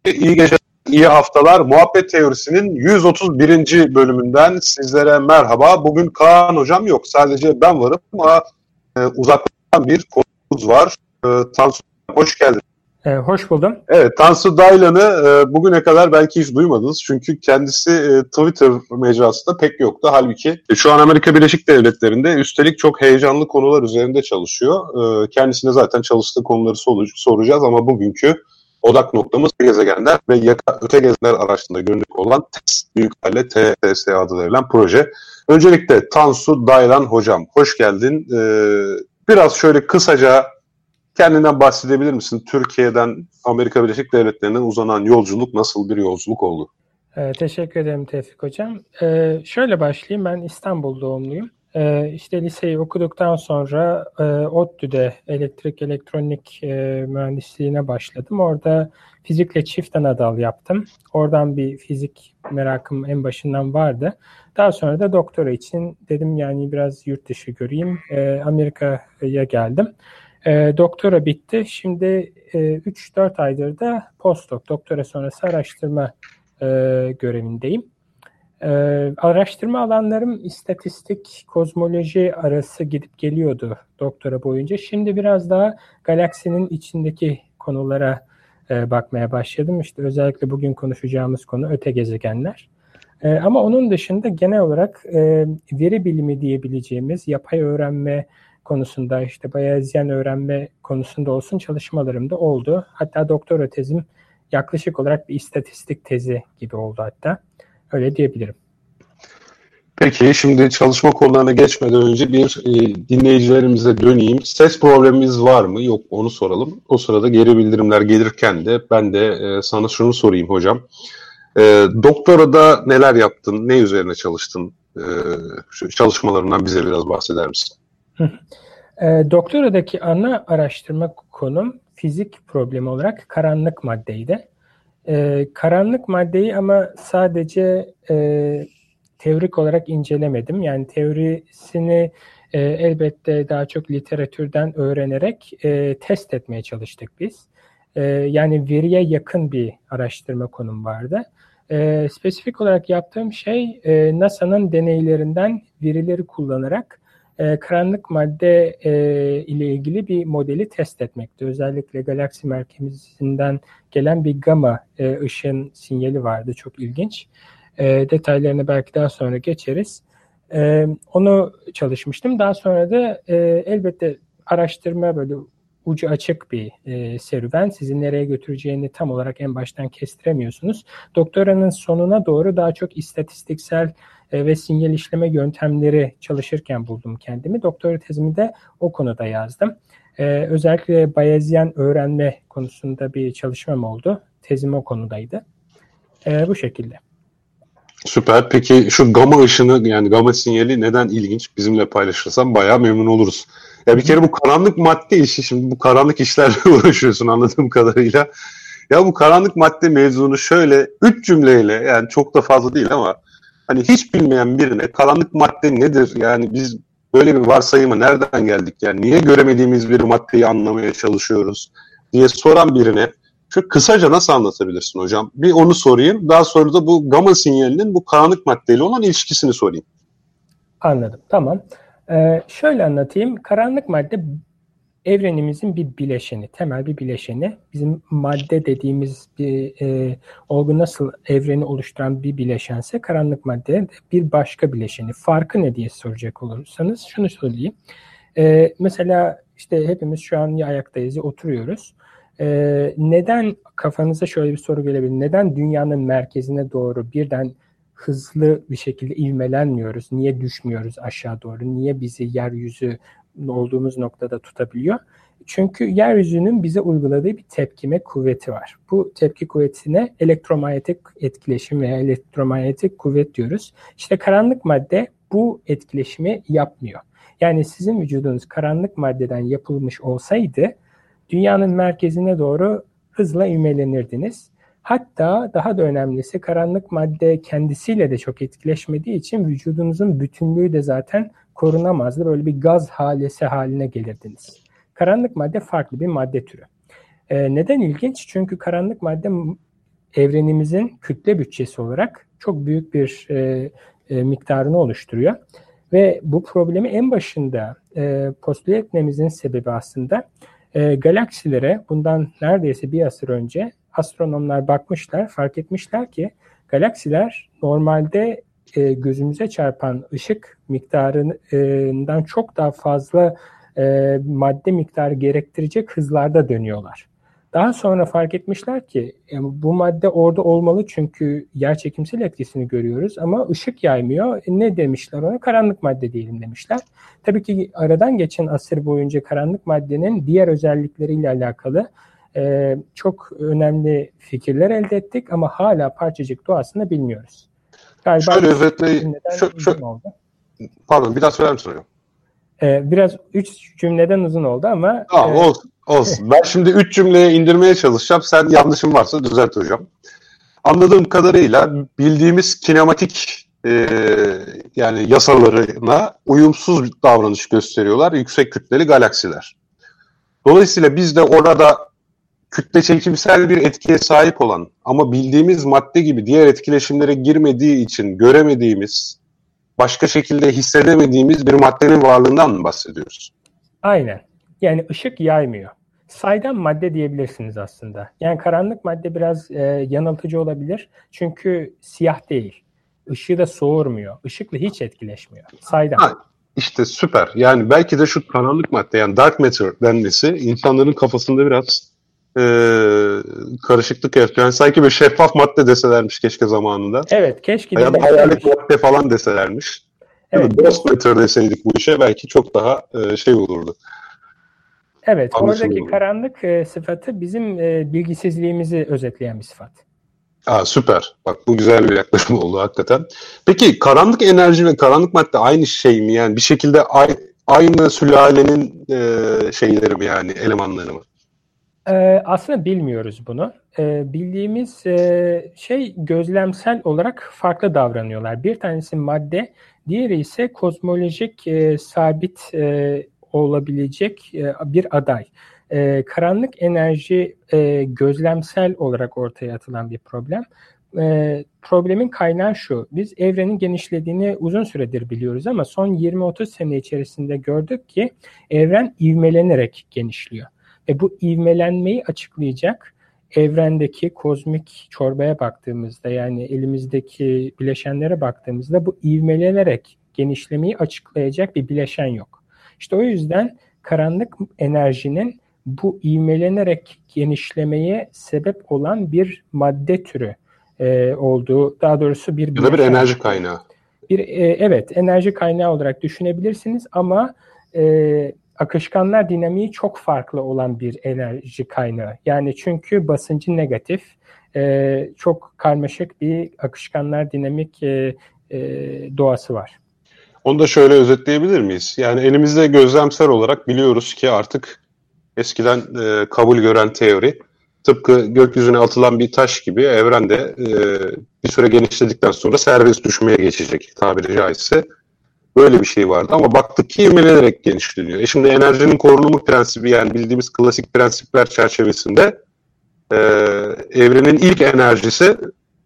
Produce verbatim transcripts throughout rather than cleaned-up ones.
İyi geceler, iyi haftalar. Muhabbet Teorisi'nin yüz otuz birinci bölümünden sizlere merhaba. Bugün Kaan Hocam yok, sadece ben varım ama e, uzaktan bir konuğumuz var. E, Tansu, hoş geldin. E, hoş buldum. Evet, Tansu Daylan'ı e, bugüne kadar belki hiç duymadınız. Çünkü kendisi e, Twitter mecrasında pek yoktu. Halbuki e, şu an Amerika Birleşik Devletleri'nde üstelik çok heyecanlı konular üzerinde çalışıyor. E, kendisine zaten çalıştığı konuları sor- soracağız ama bugünkü odak noktamız gezegenler ve yaka, öte gezegenler araçlarında görünük olan T E S, büyük harfle T E S adı verilen proje. Öncelikle Tansu Daylan hocam, hoş geldin. Ee, biraz şöyle kısaca kendinden bahsedebilir misin? Türkiye'den Amerika Birleşik Devletleri'ne uzanan yolculuk nasıl bir yolculuk oldu? E, teşekkür ederim Tevfik Hocam. E, şöyle başlayayım, ben İstanbul doğumluyum. E, işte liseyi okuduktan sonra e, ODTÜ'de elektrik elektronik e, mühendisliğine başladım. Orada fizikle çift ana dal yaptım. Oradan bir fizik merakım en başından vardı. Daha sonra da doktora için dedim yani biraz yurt dışı göreyim. E, Amerika'ya geldim. E, doktora bitti. Şimdi e, üç dört aydır da postdoc, doktora sonrası araştırma e, görevindeyim. E, araştırma alanlarım istatistik, kozmoloji arası gidip geliyordu doktora boyunca. Şimdi biraz daha galaksinin içindeki konulara e, bakmaya başladım. İşte özellikle bugün konuşacağımız konu öte gezegenler. E, ama onun dışında genel olarak e, veri bilimi diyebileceğimiz yapay öğrenme konusunda, işte Bayesian öğrenme konusunda olsun çalışmalarım da oldu. Hatta doktora tezim yaklaşık olarak bir istatistik tezi gibi oldu hatta. Öyle diyebilirim. Peki şimdi çalışma konularına geçmeden önce bir e, dinleyicilerimize döneyim. Ses problemimiz var mı? Yok, onu soralım. O sırada geri bildirimler gelirken de ben de e, sana şunu sorayım hocam. E, doktorada neler yaptın? Ne üzerine çalıştın? E, şu çalışmalarından bize biraz bahseder misin? E, doktoradaki ana araştırma konum fizik problemi olarak karanlık maddeydi. E, karanlık maddeyi ama sadece e, teorik olarak incelemedim. Yani teorisini e, elbette daha çok literatürden öğrenerek e, test etmeye çalıştık biz. E, yani veriye yakın bir araştırma konum vardı. E, spesifik olarak yaptığım şey e, NASA'nın deneylerinden verileri kullanarak e, karanlık madde e, ile ilgili bir modeli test etmekti. Özellikle galaksi merkezinden gelen bir gamma e, ışın sinyali vardı. Çok ilginç. E, detaylarına belki daha sonra geçeriz. E, onu çalışmıştım. Daha sonra da e, elbette araştırma böyle ucu açık bir e, serüven. Sizi nereye götüreceğini tam olarak en baştan kestiremiyorsunuz. Doktoranın sonuna doğru daha çok istatistiksel e, ve sinyal işleme yöntemleri çalışırken buldum kendimi. Doktora tezimi de o konuda yazdım. Ee, özellikle Bayesian öğrenme konusunda bir çalışmam oldu. Tezim o konudaydı. Ee, bu şekilde. Süper. Peki şu gama ışını, yani gama sinyali neden ilginç? Bizimle paylaşırsan bayağı memnun oluruz. Ya bir kere bu karanlık madde işi, şimdi bu karanlık işlerle uğraşıyorsun anladığım kadarıyla. Ya bu karanlık madde mevzunu şöyle üç cümleyle, yani çok da fazla değil ama hani hiç bilmeyen birine karanlık madde nedir? Yani biz böyle bir varsayıma nereden geldik? Yani niye göremediğimiz bir maddeyi anlamaya çalışıyoruz diye soran birine şu kısaca nasıl anlatabilirsin hocam? Bir onu sorayım. Daha sonra da bu gama sinyalinin bu karanlık maddeyle olan ilişkisini sorayım. Anladım. Tamam. Ee, şöyle anlatayım. Karanlık madde evrenimizin bir bileşeni, temel bir bileşeni. Bizim madde dediğimiz bir e, olgu nasıl evreni oluşturan bir bileşense karanlık madde de bir başka bileşeni. Farkı ne diye soracak olursanız şunu söyleyeyim. E, mesela işte hepimiz şu an ya ayaktayız ya oturuyoruz. Ee, neden kafanıza şöyle bir soru gelebilir? Neden dünyanın merkezine doğru birden hızlı bir şekilde ivmelenmiyoruz? Niye düşmüyoruz aşağı doğru? Niye bizi yeryüzü olduğumuz noktada tutabiliyor? Çünkü yeryüzünün bize uyguladığı bir tepkime kuvveti var. Bu tepki kuvvetine elektromanyetik etkileşim veya elektromanyetik kuvvet diyoruz. İşte karanlık madde bu etkileşimi yapmıyor. Yani sizin vücudunuz karanlık maddeden yapılmış olsaydı dünyanın merkezine doğru hızla ivmelenirdiniz. Hatta daha da önemlisi karanlık madde kendisiyle de çok etkileşmediği için vücudunuzun bütünlüğü de zaten korunamazdı. Böyle bir gaz halesi haline gelirdiniz. Karanlık madde farklı bir madde türü. Ee, neden ilginç? Çünkü karanlık madde evrenimizin kütle bütçesi olarak çok büyük bir e, e, miktarını oluşturuyor. Ve bu problemi en başında e, postüle etmemizin sebebi aslında e, galaksilere bundan neredeyse bir asır önce astronomlar bakmışlar, fark etmişler ki galaksiler normalde e, gözümüze çarpan ışık miktarından çok daha fazla e, madde miktarı gerektirecek hızlarda dönüyorlar. Daha sonra fark etmişler ki yani bu madde orada olmalı çünkü yerçekimsel etkisini görüyoruz ama ışık yaymıyor. E ne demişler ona? Karanlık madde diyelim demişler. Tabii ki aradan geçen asır boyunca karanlık maddenin diğer özellikleriyle alakalı e, çok önemli fikirler elde ettik ama hala parçacık doğasını bilmiyoruz. Galiba şöyle özetle, şu, şu, pardon biraz söyler misin hocam? Ee, biraz üç cümleden uzun oldu ama... Tamam, e, olsun, olsun. Ben şimdi üç cümleye indirmeye çalışacağım. Sen yanlışım varsa düzelt hocam. Anladığım kadarıyla bildiğimiz kinematik e, yani yasalarına uyumsuz bir davranış gösteriyorlar yüksek kütleli galaksiler. Dolayısıyla biz de orada kütle çekimsel bir etkiye sahip olan ama bildiğimiz madde gibi diğer etkileşimlere girmediği için göremediğimiz, başka şekilde hissedemediğimiz bir maddenin varlığından mı bahsediyoruz? Aynen. Yani ışık yaymıyor. Saydam madde diyebilirsiniz aslında. Yani karanlık madde biraz e, yanıltıcı olabilir. Çünkü siyah değil. Işığı da soğurmuyor. Işıkla hiç etkileşmiyor. Saydam. Ha, işte süper. Yani belki de şu karanlık madde yani dark matter denmesi insanların kafasında biraz e, karışıklık yaratıyor. Yani sanki bir şeffaf madde deselermiş keşke zamanında. Evet, keşke. Ya da hayalet madde falan deselermiş. Evet. Ghost matter deseydik bu işe belki çok daha e, şey olurdu. Evet, oradaki olurdu. Karanlık e, sıfatı bizim e, bilgisizliğimizi özetleyen bir sıfat. Aa, süper. Bak bu güzel bir yaklaşım oldu hakikaten. Peki karanlık enerji ve karanlık madde aynı şey mi? Yani bir şekilde ay, aynı sülalenin e, şeyleri mi yani elemanları mı? Ee, aslında bilmiyoruz bunu. Ee, bildiğimiz e, şey gözlemsel olarak farklı davranıyorlar. Bir tanesi madde, diğeri ise kozmolojik e, sabit e, olabilecek e, bir aday. E, karanlık enerji e, gözlemsel olarak ortaya atılan bir problem. E, problemin kaynağı şu, biz evrenin genişlediğini uzun süredir biliyoruz ama son yirmi otuz sene içerisinde gördük ki evren ivmelenerek genişliyor. Ve bu ivmelenmeyi açıklayacak evrendeki kozmik çorbaya baktığımızda yani elimizdeki bileşenlere baktığımızda bu ivmelenerek genişlemeyi açıklayacak bir bileşen yok. İşte o yüzden karanlık enerjinin bu ivmelenerek genişlemeye sebep olan bir madde türü e, olduğu, daha doğrusu bir ya da bir enerji kaynağı. Bir e, evet enerji kaynağı olarak düşünebilirsiniz ama e, akışkanlar dinamiği çok farklı olan bir enerji kaynağı. Yani çünkü basıncı negatif, e, çok karmaşık bir akışkanlar dinamik e, e, doğası var. Onu da şöyle özetleyebilir miyiz? Yani elimizde gözlemsel olarak biliyoruz ki artık eskiden e, kabul gören teori, tıpkı gökyüzüne atılan bir taş gibi evrende e, bir süre genişledikten sonra serbest düşmeye geçecek tabiri caizse. Böyle bir şey vardı ama baktık ki ivmelenerek genişleniyor. E şimdi enerjinin korunumu prensibi yani bildiğimiz klasik prensipler çerçevesinde e, evrenin ilk enerjisi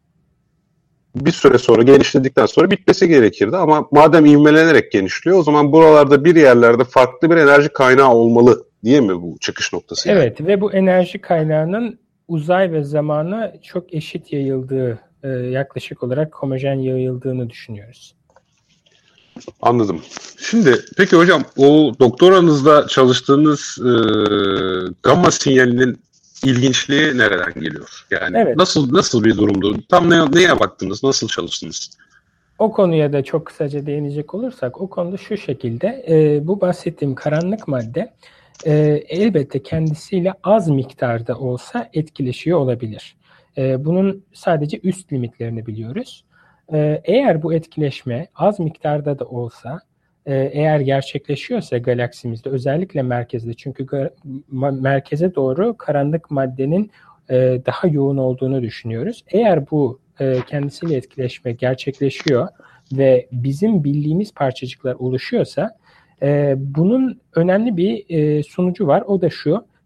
bir süre sonra genişledikten sonra bitmesi gerekirdi. Ama madem ivmelenerek genişliyor o zaman buralarda bir yerlerde farklı bir enerji kaynağı olmalı diye mi bu çıkış noktası? Yani? Evet ve bu enerji kaynağının uzay ve zamana çok eşit yayıldığı, e, yaklaşık olarak homojen yayıldığını düşünüyoruz. Anladım. Şimdi peki hocam o doktoranızda çalıştığınız e, gamma sinyalinin ilginçliği nereden geliyor? Yani evet. nasıl nasıl bir durumdu? Tam ne, neye baktınız? Nasıl çalıştınız? O konuya da çok kısaca değinecek olursak o konuda şu şekilde e, bu bahsettiğim karanlık madde e, elbette kendisiyle az miktarda olsa etkileşiyor olabilir. E, bunun sadece üst limitlerini biliyoruz. Eğer bu etkileşme az miktarda da olsa, eğer gerçekleşiyorsa galaksimizde özellikle merkezde çünkü merkeze doğru karanlık maddenin daha yoğun olduğunu düşünüyoruz. Eğer bu kendisiyle etkileşme gerçekleşiyor ve bizim bildiğimiz parçacıklar oluşuyorsa bunun önemli bir sonucu var. O da şu,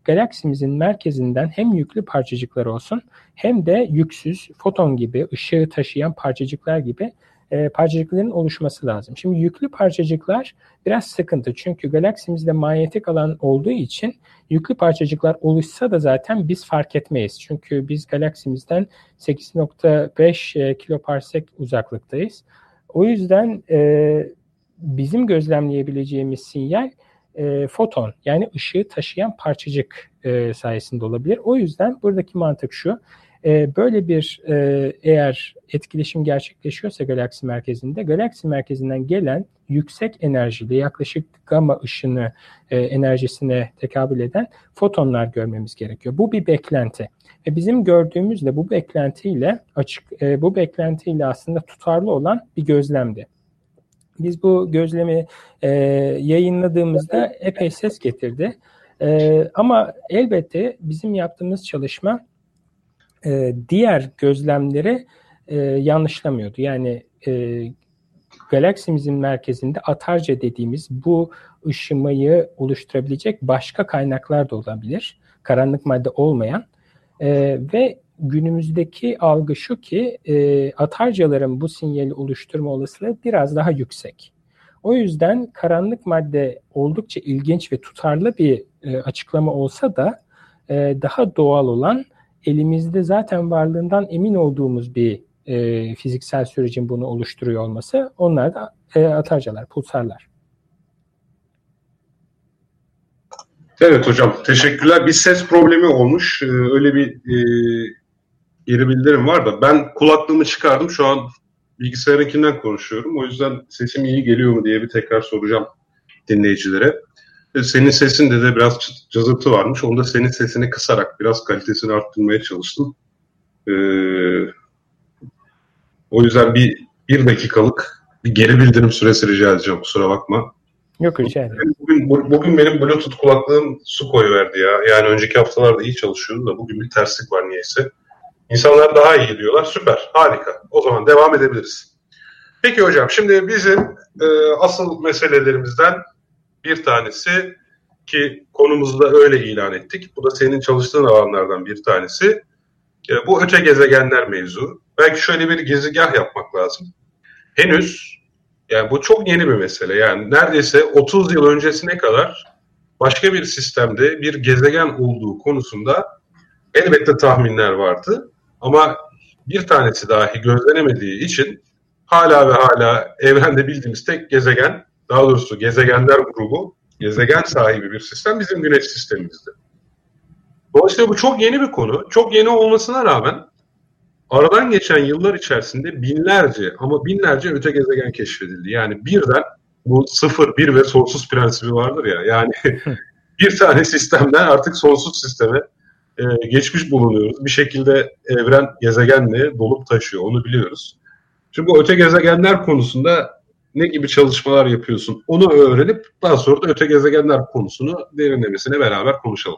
galaksimizin merkezinden hem yüklü parçacıklar olsun hem de yüksüz, foton gibi, ışığı taşıyan parçacıklar gibi e, parçacıkların oluşması lazım. Şimdi yüklü parçacıklar biraz sıkıntı. Çünkü galaksimizde manyetik alan olduğu için yüklü parçacıklar oluşsa da zaten biz fark etmeyiz. Çünkü biz galaksimizden sekiz nokta beş e, kiloparsek uzaklıktayız. O yüzden e, bizim gözlemleyebileceğimiz sinyal e, foton, yani ışığı taşıyan parçacık e, sayesinde olabilir. O yüzden buradaki mantık şu: e, böyle bir e, eğer etkileşim gerçekleşiyorsa galaksi merkezinde, galaksi merkezinden gelen yüksek enerjili, yaklaşık gamma ışını e, enerjisine tekabül eden fotonlar görmemiz gerekiyor. Bu bir beklenti. Ve bizim gördüğümüz de bu beklentiyle açık, e, bu beklentiyle aslında tutarlı olan bir gözlemdi. Biz bu gözlemi e, yayınladığımızda epey ses getirdi. E, ama elbette bizim yaptığımız çalışma e, diğer gözlemleri e, yanlışlamıyordu. Yani e, galaksimizin merkezinde atarca dediğimiz bu ışımayı oluşturabilecek başka kaynaklar da olabilir. Karanlık madde olmayan. E, ve günümüzdeki algı şu ki e, atarcaların bu sinyali oluşturma olasılığı biraz daha yüksek. O yüzden karanlık madde oldukça ilginç ve tutarlı bir e, açıklama olsa da e, daha doğal olan, elimizde zaten varlığından emin olduğumuz bir e, fiziksel sürecin bunu oluşturuyor olması, onlar da e, atarcalar, pulsarlar. Evet hocam, teşekkürler. Bir ses problemi olmuş. Ee, öyle bir e, geri bildirim var da ben kulaklığımı çıkardım. Şu an bilgisayarınkinden konuşuyorum. O yüzden sesim iyi geliyor mu diye bir tekrar soracağım dinleyicilere. Senin sesinde de biraz cızırtı varmış. Onu da senin sesini kısarak biraz kalitesini arttırmaya çalıştım. Ee, o yüzden bir, bir dakikalık bir geri bildirim süresi rica edeceğim. Kusura bakma. Yok, rica ederim. Bugün, bugün benim Bluetooth kulaklığım su koyuverdi ya. Yani önceki haftalarda iyi çalışıyordu da bugün bir terslik var niyeyse. İnsanlar daha iyi diyorlar. Süper, harika. O zaman devam edebiliriz. Peki hocam, şimdi bizim e, asıl meselelerimizden bir tanesi, ki konumuzu da öyle ilan ettik. Bu da senin çalıştığın alanlardan bir tanesi. E, bu öte gezegenler mevzu. Belki şöyle bir gezegah yapmak lazım. Henüz, yani bu çok yeni bir mesele. Yani neredeyse otuz yıl öncesine kadar başka bir sistemde bir gezegen olduğu konusunda elbette tahminler vardı. Ama bir tanesi dahi gözlenemediği için hala ve hala evrende bildiğimiz tek gezegen, daha doğrusu gezegenler grubu, gezegen sahibi bir sistem bizim Güneş sistemimizdi. Dolayısıyla bu çok yeni bir konu. Çok yeni olmasına rağmen aradan geçen yıllar içerisinde binlerce ama binlerce öte gezegen keşfedildi. Yani birden bu sıfır, bir ve sonsuz prensibi vardır ya. Yani bir tane sistemden artık sonsuz sisteme e, geçmiş bulunuyoruz. Bir şekilde evren gezegenle dolup taşıyor. Onu biliyoruz. Şimdi bu öte gezegenler konusunda ne gibi çalışmalar yapıyorsun? Onu öğrenip daha sonra da öte gezegenler konusunu derinlemesine beraber konuşalım.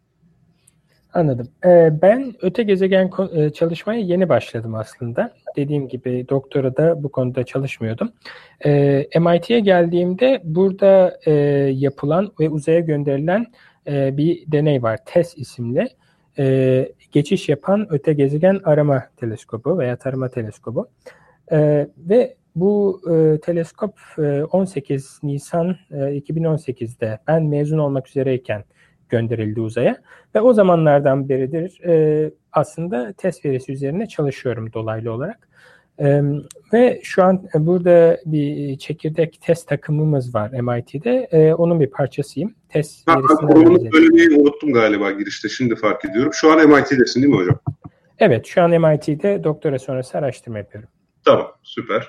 Anladım. Ee, ben öte gezegen çalışmaya yeni başladım aslında. Dediğim gibi doktora da bu konuda çalışmıyordum. Ee, M I T'ye geldiğimde burada e, yapılan ve uzaya gönderilen e, bir deney var. TESS isimli. E, geçiş yapan öte gezegen arama teleskobu veya tarama teleskobu. E, ve bu e, teleskop e, on sekiz Nisan e, iki bin on sekizde ben mezun olmak üzereyken gönderildi uzaya ve o zamanlardan beridir e, aslında test verisi üzerine çalışıyorum dolaylı olarak. E, ve şu an burada bir çekirdek test takımımız var M I T'de. E, onun bir parçasıyım. Test ha, konumunu söylemeyi unuttum galiba girişte. Şimdi fark ediyorum. Şu an M I T'desin değil mi hocam? Evet, şu an M I T'de doktora sonrası araştırma yapıyorum. Tamam, süper.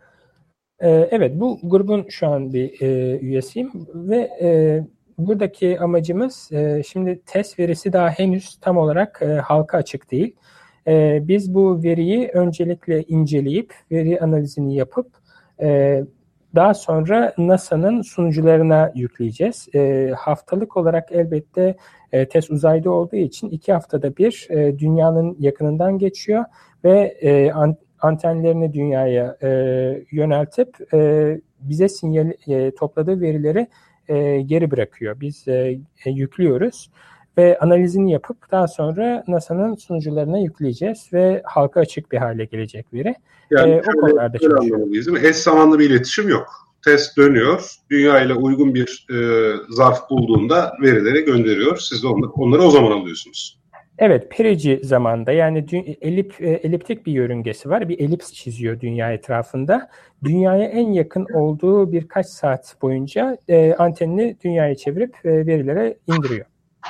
E, evet, bu grubun şu an bir e, üyesiyim ve e, buradaki amacımız, e, şimdi test verisi daha henüz tam olarak e, halka açık değil. E, biz bu veriyi öncelikle inceleyip, veri analizini yapıp e, daha sonra NASA'nın sunucularına yükleyeceğiz. E, haftalık olarak elbette e, test uzayda olduğu için iki haftada bir e, dünyanın yakınından geçiyor ve e, an, antenlerini dünyaya e, yöneltip e, bize sinyal e, topladığı verileri E, geri bırakıyor. Biz e, e, yüklüyoruz ve analizini yapıp daha sonra NASA'nın sunucularına yükleyeceğiz ve halka açık bir hale gelecek veri. Yani e, o konularda çalışıyoruz. Değil mi? Eş zamanlı bir iletişim yok. Test dönüyor, dünya ile uygun bir e, zarf bulduğunda verileri gönderiyor. Siz de onları, onları o zaman alıyorsunuz. Evet, perigee zamanda, yani elip, eliptik bir yörüngesi var. Bir elips çiziyor dünya etrafında. Dünyaya en yakın olduğu birkaç saat boyunca e, antenini dünyaya çevirip e, verilere indiriyor.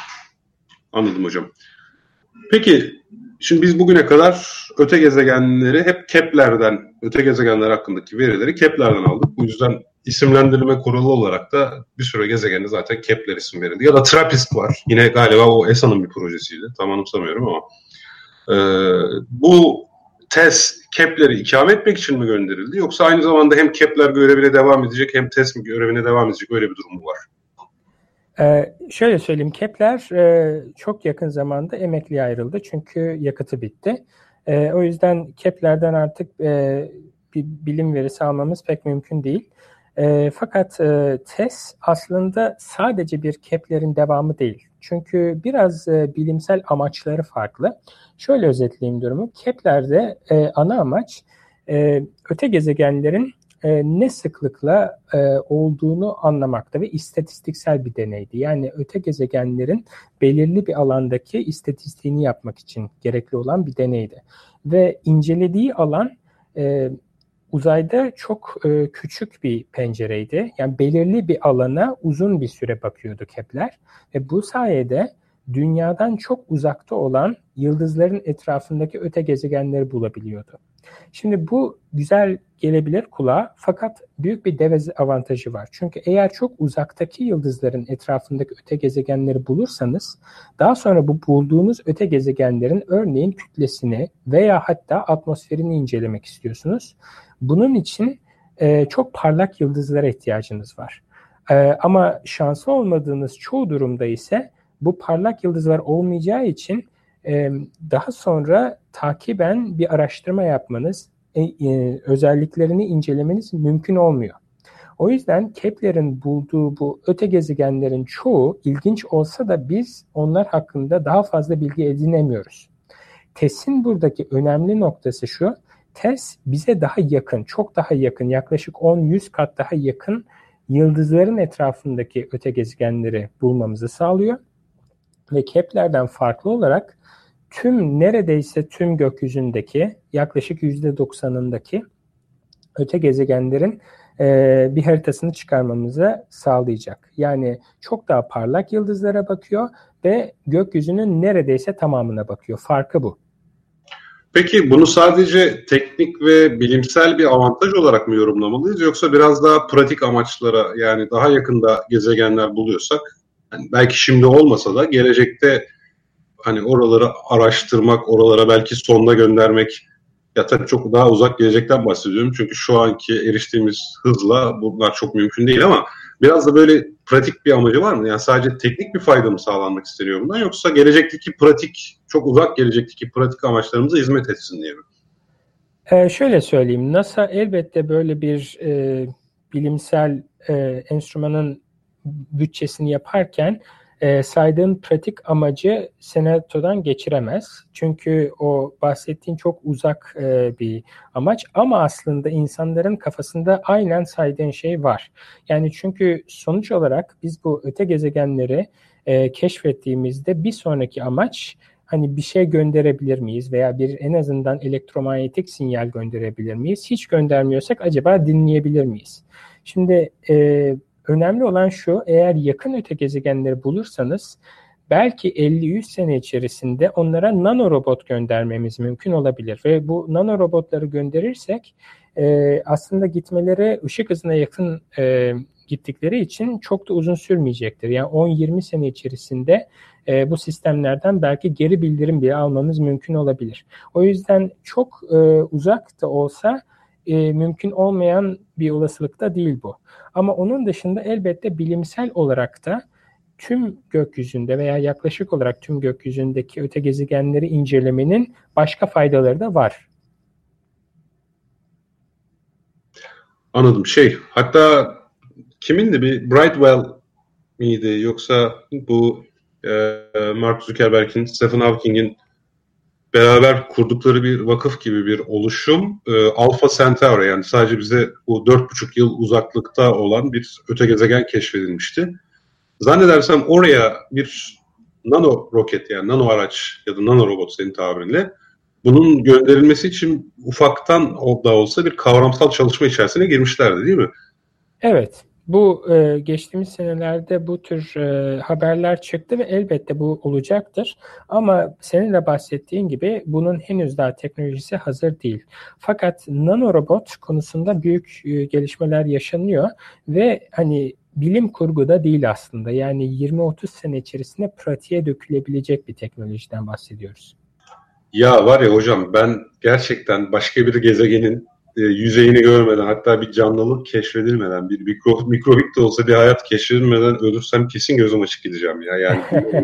Anladım hocam. Peki, şimdi biz bugüne kadar öte gezegenleri hep Kepler'den, öte gezegenler hakkındaki verileri Kepler'den aldık. Bu yüzden isimlendirme kuralı olarak da bir sürü gezegende zaten Kepler isim verildi. Ya da TRAPPIST var. Yine galiba o E S A'nın bir projesiydi. Tam anımsamıyorum ama. Ee, bu test Kepler'i ikame etmek için mi gönderildi? Yoksa aynı zamanda hem Kepler görevine devam edecek hem test görevine devam edecek, öyle bir durum mu var? Ee, şöyle söyleyeyim, Kepler e, çok yakın zamanda emekliye ayrıldı çünkü yakıtı bitti. E, o yüzden Kepler'den artık e, bir bilim verisi almamız pek mümkün değil. E, fakat e, TESS aslında sadece bir Kepler'in devamı değil. Çünkü biraz e, bilimsel amaçları farklı. Şöyle özetleyeyim durumu. Kepler'de e, ana amaç e, öte gezegenlerin e, ne sıklıkla e, olduğunu anlamakta ve istatistiksel bir deneydi. Yani öte gezegenlerin belirli bir alandaki istatistiğini yapmak için gerekli olan bir deneydi. Ve incelediği alan e, uzayda çok e, küçük bir pencereydi. Yani belirli bir alana uzun bir süre bakıyordu Kepler ve bu sayede dünyadan çok uzakta olan yıldızların etrafındaki öte gezegenleri bulabiliyordu. Şimdi bu güzel gelebilir kulağa, fakat büyük bir dezavantajı var. Çünkü eğer çok uzaktaki yıldızların etrafındaki öte gezegenleri bulursanız, daha sonra bu bulduğunuz öte gezegenlerin örneğin kütlesini veya hatta atmosferini incelemek istiyorsunuz. Bunun için e, çok parlak yıldızlara ihtiyacınız var. E, ama şanslı olmadığınız çoğu durumda ise bu parlak yıldızlar olmayacağı için e, daha sonra takiben bir araştırma yapmanız, e, e, özelliklerini incelemeniz mümkün olmuyor. O yüzden Kepler'in bulduğu bu öte gezegenlerin çoğu ilginç olsa da biz onlar hakkında daha fazla bilgi edinemiyoruz. TESS'in buradaki önemli noktası şu: TESS bize daha yakın, çok daha yakın, yaklaşık on yüz kat daha yakın yıldızların etrafındaki öte gezegenleri bulmamızı sağlıyor. Ve Kepler'den farklı olarak tüm, neredeyse tüm gökyüzündeki yaklaşık yüzde doksanındaki öte gezegenlerin e, bir haritasını çıkarmamızı sağlayacak. Yani çok daha parlak yıldızlara bakıyor ve gökyüzünün neredeyse tamamına bakıyor. Farkı bu. Peki bunu sadece teknik ve bilimsel bir avantaj olarak mı yorumlamalıyız, yoksa biraz daha pratik amaçlara, yani daha yakında gezegenler buluyorsak, yani belki şimdi olmasa da gelecekte hani oraları araştırmak, oralara belki sonda göndermek, ya tabii çok daha uzak gelecekten bahsediyorum çünkü şu anki eriştiğimiz hızla bunlar çok mümkün değil, ama biraz da böyle pratik bir amacı var mı? Yani sadece teknik bir fayda mı sağlanmak isteniyor bundan, yoksa gelecekteki pratik, çok uzak gelecekteki pratik amaçlarımıza hizmet etsin diye mi? Ee, şöyle söyleyeyim, NASA elbette böyle bir e, bilimsel e, enstrümanın bütçesini yaparken e, saydığın pratik amacı senatodan geçiremez. Çünkü o bahsettiğin çok uzak e, bir amaç, ama aslında insanların kafasında aynen saydığın şey var. Yani çünkü sonuç olarak biz bu öte gezegenleri e, keşfettiğimizde bir sonraki amaç, hani bir şey gönderebilir miyiz veya bir en azından elektromanyetik sinyal gönderebilir miyiz? Hiç göndermiyorsak acaba dinleyebilir miyiz? Şimdi e, önemli olan şu: eğer yakın öte gezegenleri bulursanız belki elli yüz sene içerisinde onlara nanorobot göndermemiz mümkün olabilir ve bu nanorobotları gönderirsek e, aslında gitmeleri ışık hızına yakın e, gittikleri için çok da uzun sürmeyecektir. Yani on yirmi sene içerisinde e, bu sistemlerden belki geri bildirim bile almamız mümkün olabilir. O yüzden çok e, uzak da olsa e, mümkün olmayan bir olasılık da değil bu. Ama onun dışında elbette bilimsel olarak da tüm gökyüzünde veya yaklaşık olarak tüm gökyüzündeki öte gezegenleri incelemenin başka faydaları da var. Anladım. Şey, hatta kimindi, bir Brightwell miydi, yoksa bu Mark Zuckerberg'in, Stephen Hawking'in beraber kurdukları bir vakıf gibi bir oluşum. Alpha Centauri, yani sadece bize bu dört buçuk yıl uzaklıkta olan bir öte gezegen keşfedilmişti. Zannedersem oraya bir nano roket, yani nano araç ya da nano robot senin tabirinle, bunun gönderilmesi için ufaktan da olsa bir kavramsal çalışma içerisine girmişlerdi, değil mi? Evet. Bu e, geçtiğimiz senelerde bu tür e, haberler çıktı ve elbette bu olacaktır. Ama senin de bahsettiğin gibi bunun henüz daha teknolojisi hazır değil. Fakat nanorobot konusunda büyük e, gelişmeler yaşanıyor ve hani bilim kurgu da değil aslında. Yani yirmi otuz sene içerisinde pratiğe dökülebilecek bir teknolojiden bahsediyoruz. Ya var ya hocam, ben gerçekten başka bir gezegenin e, yüzeyini görmeden, hatta bir canlılık keşfedilmeden, bir mikro, mikrobik de olsa bir hayat keşfedilmeden ölürsem kesin gözüm açık gideceğim ya. Yani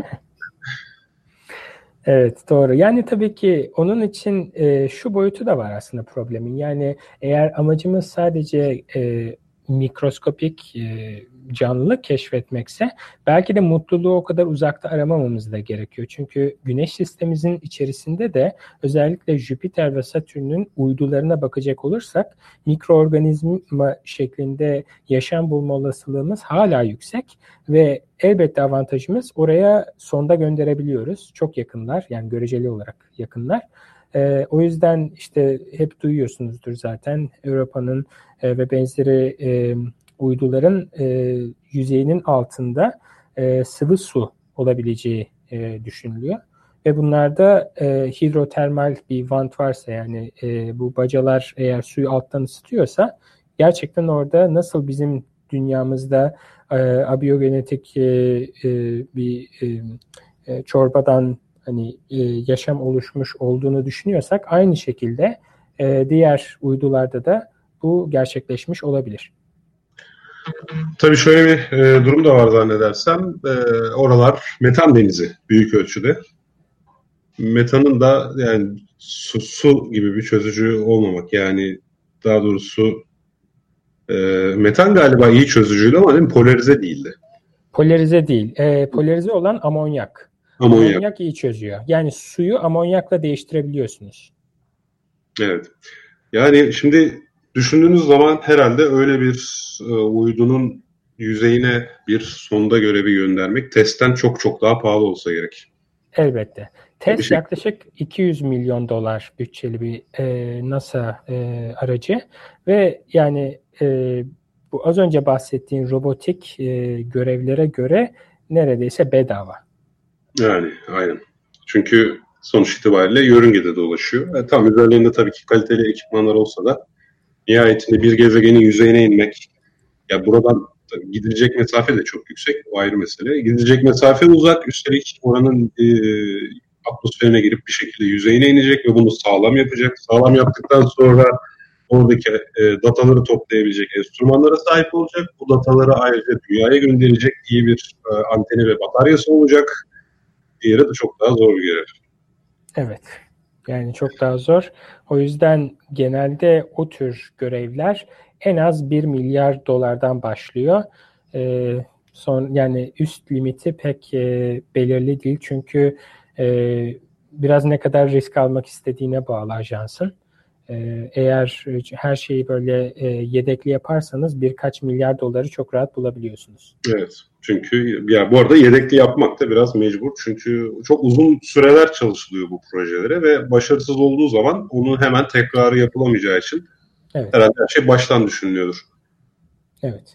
Evet, doğru. Yani tabii ki onun için e, şu boyutu da var aslında problemin. Yani eğer amacımız sadece e, mikroskopik e, canlılık keşfetmekse belki de mutluluğu o kadar uzakta aramamamız da gerekiyor. Çünkü Güneş sistemimizin içerisinde de özellikle Jüpiter ve Satürn'ün uydularına bakacak olursak mikroorganizma şeklinde yaşam bulma olasılığımız hala yüksek ve elbette avantajımız oraya sonda gönderebiliyoruz. Çok yakınlar, yani göreceli olarak yakınlar. E, o yüzden işte hep duyuyorsunuzdur zaten Avrupa'nın e, ve benzeri e, uyduların e, yüzeyinin altında e, sıvı su olabileceği e, düşünülüyor. Ve bunlarda e, hidrotermal bir vant varsa, yani e, bu bacalar eğer suyu alttan ısıtıyorsa gerçekten orada nasıl bizim dünyamızda e, abiyogenetik e, e, bir e, e, çorbadan hani e, yaşam oluşmuş olduğunu düşünüyorsak aynı şekilde e, diğer uydularda da bu gerçekleşmiş olabilir. Tabii şöyle bir e, durum da var zannedersem. E, oralar metan denizi büyük ölçüde. Metanın da yani su, su gibi bir çözücü olmamak, yani daha doğrusu e, metan galiba iyi çözücüydü ama değil mi? Polarize değildi. Polarize değil. E, polarize olan amonyak. Amonyak. Amonyak iyi çözüyor. Yani suyu amonyakla değiştirebiliyorsunuz. Evet. Yani şimdi düşündüğünüz zaman herhalde öyle bir e, uydunun yüzeyine bir sonda görevi göndermek testten çok çok daha pahalı olsa gerek. Elbette. Test şey... yaklaşık iki yüz milyon dolar bütçeli bir e, NASA e, aracı ve yani e, bu az önce bahsettiğin robotik e, görevlere göre neredeyse bedava. Yani aynen. Çünkü sonuç itibariyle yörüngede dolaşıyor. Yani tam üzerlerinde tabii ki kaliteli ekipmanlar olsa da nihayetinde bir gezegenin yüzeyine inmek, ya buradan gidilecek mesafe de çok yüksek, o ayrı mesele. Gidilecek mesafe uzak, üstelik oranın e, atmosferine girip bir şekilde yüzeyine inecek ve bunu sağlam yapacak. Sağlam yaptıktan sonra oradaki e, dataları toplayabilecek enstrümanlara sahip olacak. Bu dataları ayrıca dünyaya gönderecek iyi bir e, anteni ve bataryası olacak. Diğeri de çok daha zor bir görev. Evet. Yani çok daha zor. O yüzden genelde o tür görevler en az bir milyar dolardan başlıyor. Ee, son yani üst limiti pek e, belirli değil. Çünkü e, biraz ne kadar risk almak istediğine bağlı ajansın. Ee, eğer her şeyi böyle e, yedekli yaparsanız birkaç milyar doları çok rahat bulabiliyorsunuz. Evet. Çünkü ya bu arada yedekli yapmak da biraz mecbur. Çünkü çok uzun süreler çalışılıyor bu projelere ve başarısız olduğu zaman onun hemen tekrarı yapılamayacağı için evet, herhalde her şey baştan düşünülüyordur. Evet.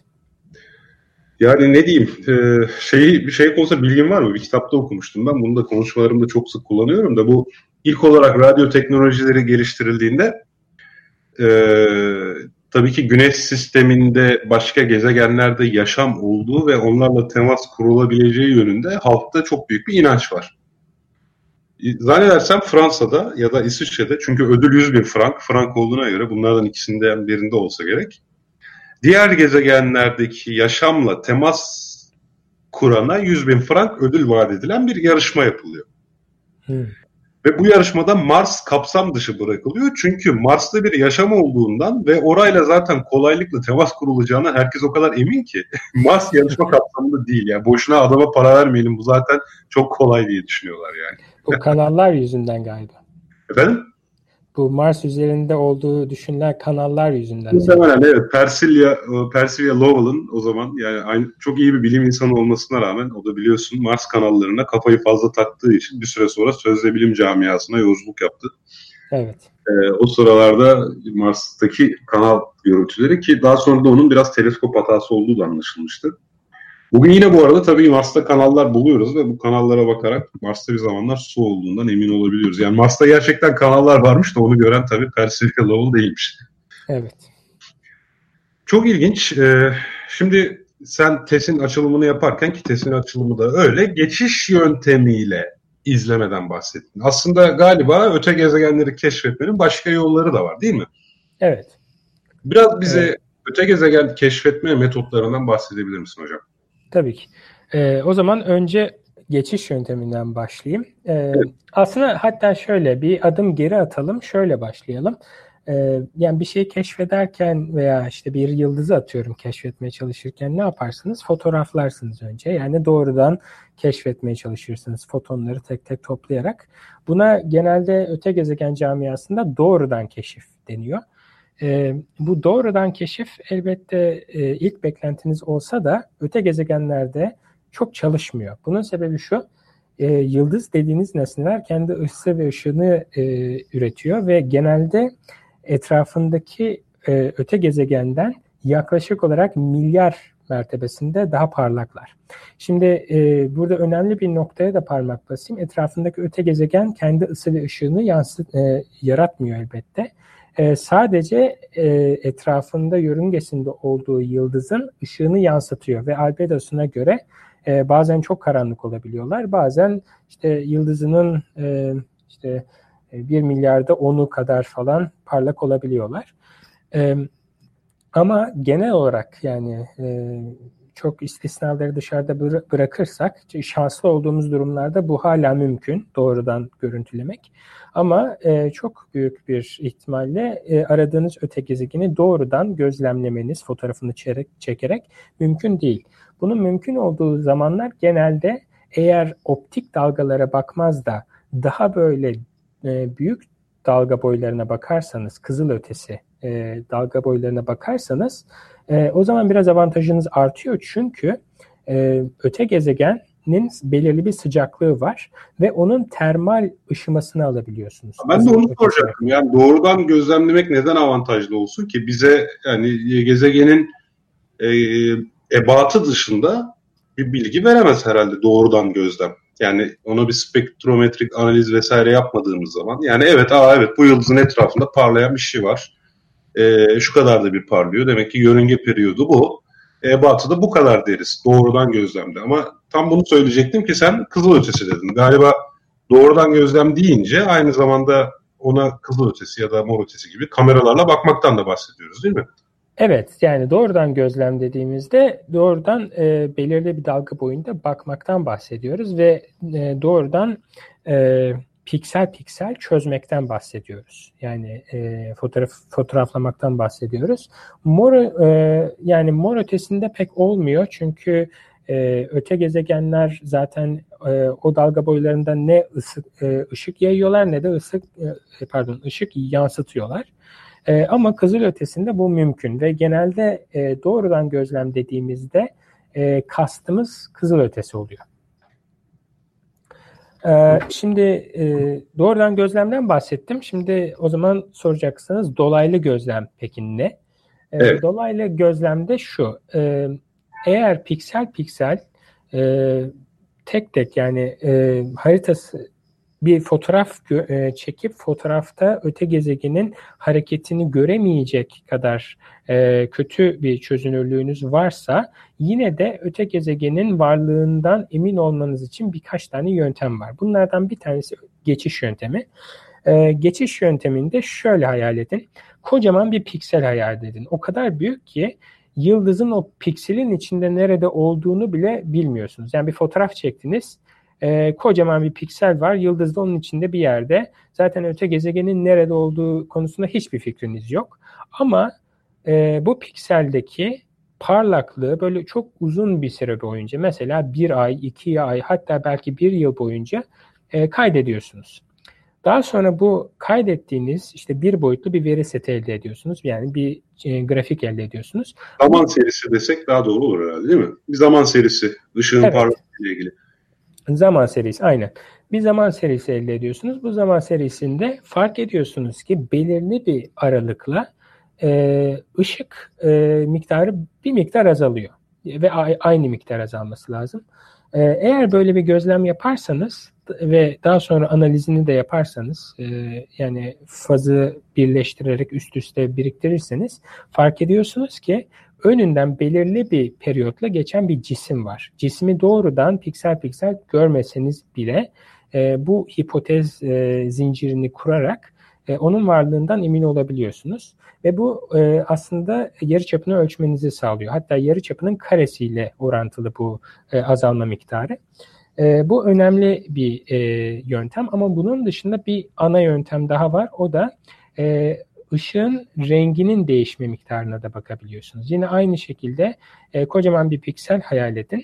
Yani ne diyeyim, ee, şeyi bir şey olsa bilgin var mı? Bir kitapta okumuştum ben. Bunu da konuşmalarımda çok sık kullanıyorum da, bu ilk olarak radyo teknolojileri geliştirildiğinde ee, tabii ki Güneş sisteminde başka gezegenlerde yaşam olduğu ve onlarla temas kurulabileceği yönünde halkta çok büyük bir inanç var. Zannedersem Fransa'da ya da İsviçre'de, çünkü ödül yüz bin frank, frank olduğuna göre bunlardan ikisinden birinde olsa gerek, diğer gezegenlerdeki yaşamla temas kurana yüz bin frank ödül vaat edilen bir yarışma yapılıyor. Hmm. Ve bu yarışmada Mars kapsam dışı bırakılıyor. Çünkü Mars'ta bir yaşam olduğundan ve orayla zaten kolaylıkla temas kurulacağına herkes o kadar emin ki Mars yarışma kapsamında değil. Yani boşuna adama para vermeyelim, bu zaten çok kolay diye düşünüyorlar yani. Bu kanallar yüzünden galiba. Efendim? Bu Mars üzerinde olduğu düşünülen kanallar yüzünden. Muhtemelen evet. Percival, Percival Lowell'ın o zaman, yani aynı, çok iyi bir bilim insanı olmasına rağmen, o da biliyorsun Mars kanallarına kafayı fazla taktığı için bir süre sonra sözde bilim camiasına yolculuk yaptı. Evet. Ee, o sıralarda Mars'taki kanal görüntüleri, ki daha sonra da onun biraz teleskop hatası olduğu da anlaşılmıştı. Bugün yine bu arada tabii Mars'ta kanallar buluyoruz ve bu kanallara bakarak Mars'ta bir zamanlar su olduğundan emin olabiliyoruz. Yani Mars'ta gerçekten kanallar varmış da onu gören tabii Percival Lowell değilmiş. Evet. Çok ilginç. Ee, şimdi sen TES'in açılımını yaparken, ki TES'in açılımı da öyle, geçiş yöntemiyle izlemeden bahsettin. Aslında galiba öte gezegenleri keşfetmenin başka yolları da var, değil mi? Evet. Biraz bize evet. öte gezegen keşfetme metotlarından bahsedebilir misin hocam? Tabii ki. Ee, o zaman önce geçiş yönteminden başlayayım. Ee, evet. Aslında hatta şöyle bir adım geri atalım, şöyle başlayalım. Ee, yani bir şeyi keşfederken veya işte bir yıldızı atıyorum keşfetmeye çalışırken ne yaparsınız? Fotoğraflarsınız önce. Yani doğrudan keşfetmeye çalışırsınız fotonları tek tek toplayarak. Buna genelde öte gezegen camiasında doğrudan keşif deniyor. E, bu doğrudan keşif elbette e, ilk beklentiniz olsa da öte gezegenlerde çok çalışmıyor. Bunun sebebi şu, e, yıldız dediğiniz nesneler kendi ısı ve ışını e, üretiyor ve genelde etrafındaki e, öte gezegenden yaklaşık olarak milyar mertebesinde daha parlaklar. Şimdi e, burada önemli bir noktaya da parmak basayım. Etrafındaki öte gezegen kendi ısı ve ışığını yansıt, e, yaratmıyor elbette. Ee, sadece e, etrafında yörüngesinde olduğu yıldızın ışığını yansıtıyor ve albedosuna göre e, bazen çok karanlık olabiliyorlar. Bazen işte yıldızının e, işte bir milyarda onu kadar falan parlak olabiliyorlar. E, ama genel olarak yani e, çok istisnaları dışarıda bırakırsak şanslı olduğumuz durumlarda bu hala mümkün doğrudan görüntülemek. Ama e, çok büyük bir ihtimalle e, aradığınız öte gezegeni doğrudan gözlemlemeniz, fotoğrafını çekerek, çekerek mümkün değil. Bunun mümkün olduğu zamanlar genelde eğer optik dalgalara bakmaz da daha böyle e, büyük dalga boylarına bakarsanız, kızılötesi e, dalga boylarına bakarsanız e, o zaman biraz avantajınız artıyor. Çünkü e, öte gezegenin belirli bir sıcaklığı var ve onun termal ışımasını alabiliyorsunuz. Ben de onu soracaktım. Yani doğrudan gözlemlemek neden avantajlı olsun ki? Bize yani gezegenin e, ebatı dışında bir bilgi veremez herhalde doğrudan gözlem. Yani ona bir spektrometrik analiz vesaire yapmadığımız zaman, yani evet aa evet bu yıldızın etrafında parlayan bir şey var. E, şu kadar da bir parlıyor. Demek ki yörünge periyodu bu. Ebatı da bu kadar deriz doğrudan gözlemde. Ama tam bunu söyleyecektim ki sen kızılötesi dedin. Galiba doğrudan gözlem deyince aynı zamanda ona kızılötesi ya da morötesi gibi kameralarla bakmaktan da bahsediyoruz, değil mi? Evet, yani doğrudan gözlem dediğimizde doğrudan e, belirli bir dalga boyunda bakmaktan bahsediyoruz ve e, doğrudan e, piksel piksel çözmekten bahsediyoruz. Yani e, fotoğraf fotoğraflamaktan bahsediyoruz. Mor e, yani mor ötesinde pek olmuyor çünkü e, öte gezegenler zaten e, o dalga boylarında ne ısı, e, ışık yayıyorlar ne de ısı e, pardon ışık yansıtıyorlar. Ee, ama kızılötesinde bu mümkün ve genelde e, doğrudan gözlem dediğimizde e, kastımız kızılötesi oluyor. Ee, şimdi e, doğrudan gözlemden bahsettim. Şimdi o zaman soracaksınız dolaylı gözlem peki ne? Ee, evet. Dolaylı gözlemde şu, e, eğer piksel piksel e, tek tek yani e, haritası bir fotoğraf gö- çekip fotoğrafta öte gezegenin hareketini göremeyecek kadar e, kötü bir çözünürlüğünüz varsa yine de öte gezegenin varlığından emin olmanız için birkaç tane yöntem var. Bunlardan bir tanesi geçiş yöntemi. E, geçiş yönteminde şöyle hayal edin. Kocaman bir piksel hayal edin. O kadar büyük ki yıldızın o pikselin içinde nerede olduğunu bile bilmiyorsunuz. Yani bir fotoğraf çektiniz. E, kocaman bir piksel var. Yıldız da onun içinde bir yerde. Zaten öte gezegenin nerede olduğu konusunda hiçbir fikriniz yok. Ama e, bu pikseldeki parlaklığı böyle çok uzun bir süre boyunca, mesela bir ay, iki ay, hatta belki bir yıl boyunca e, kaydediyorsunuz. Daha sonra bu kaydettiğiniz işte bir boyutlu bir veri seti elde ediyorsunuz. Yani bir e, grafik elde ediyorsunuz. Zaman serisi desek daha doğru olur herhalde, değil mi? Bir zaman serisi, ışığın evet. parlaklığı ile ilgili. Zaman serisi, aynen. Bir zaman serisi elde ediyorsunuz. Bu zaman serisinde fark ediyorsunuz ki belirli bir aralıkla e, ışık e, miktarı bir miktar azalıyor. Ve a- aynı miktar azalması lazım. E, eğer böyle bir gözlem yaparsanız ve daha sonra analizini de yaparsanız, e, yani fazı birleştirerek üst üste biriktirirseniz fark ediyorsunuz ki önünden belirli bir periyotla geçen bir cisim var. Cismi doğrudan piksel piksel görmeseniz bile e, bu hipotez e, zincirini kurarak e, onun varlığından emin olabiliyorsunuz. Ve bu e, aslında yarıçapını ölçmenizi sağlıyor. Hatta yarıçapının karesiyle orantılı bu e, azalma miktarı. E, bu önemli bir e, yöntem ama bunun dışında bir ana yöntem daha var. O da e, ışığın renginin değişme miktarına da bakabiliyorsunuz. Yine aynı şekilde e, kocaman bir piksel hayal edin.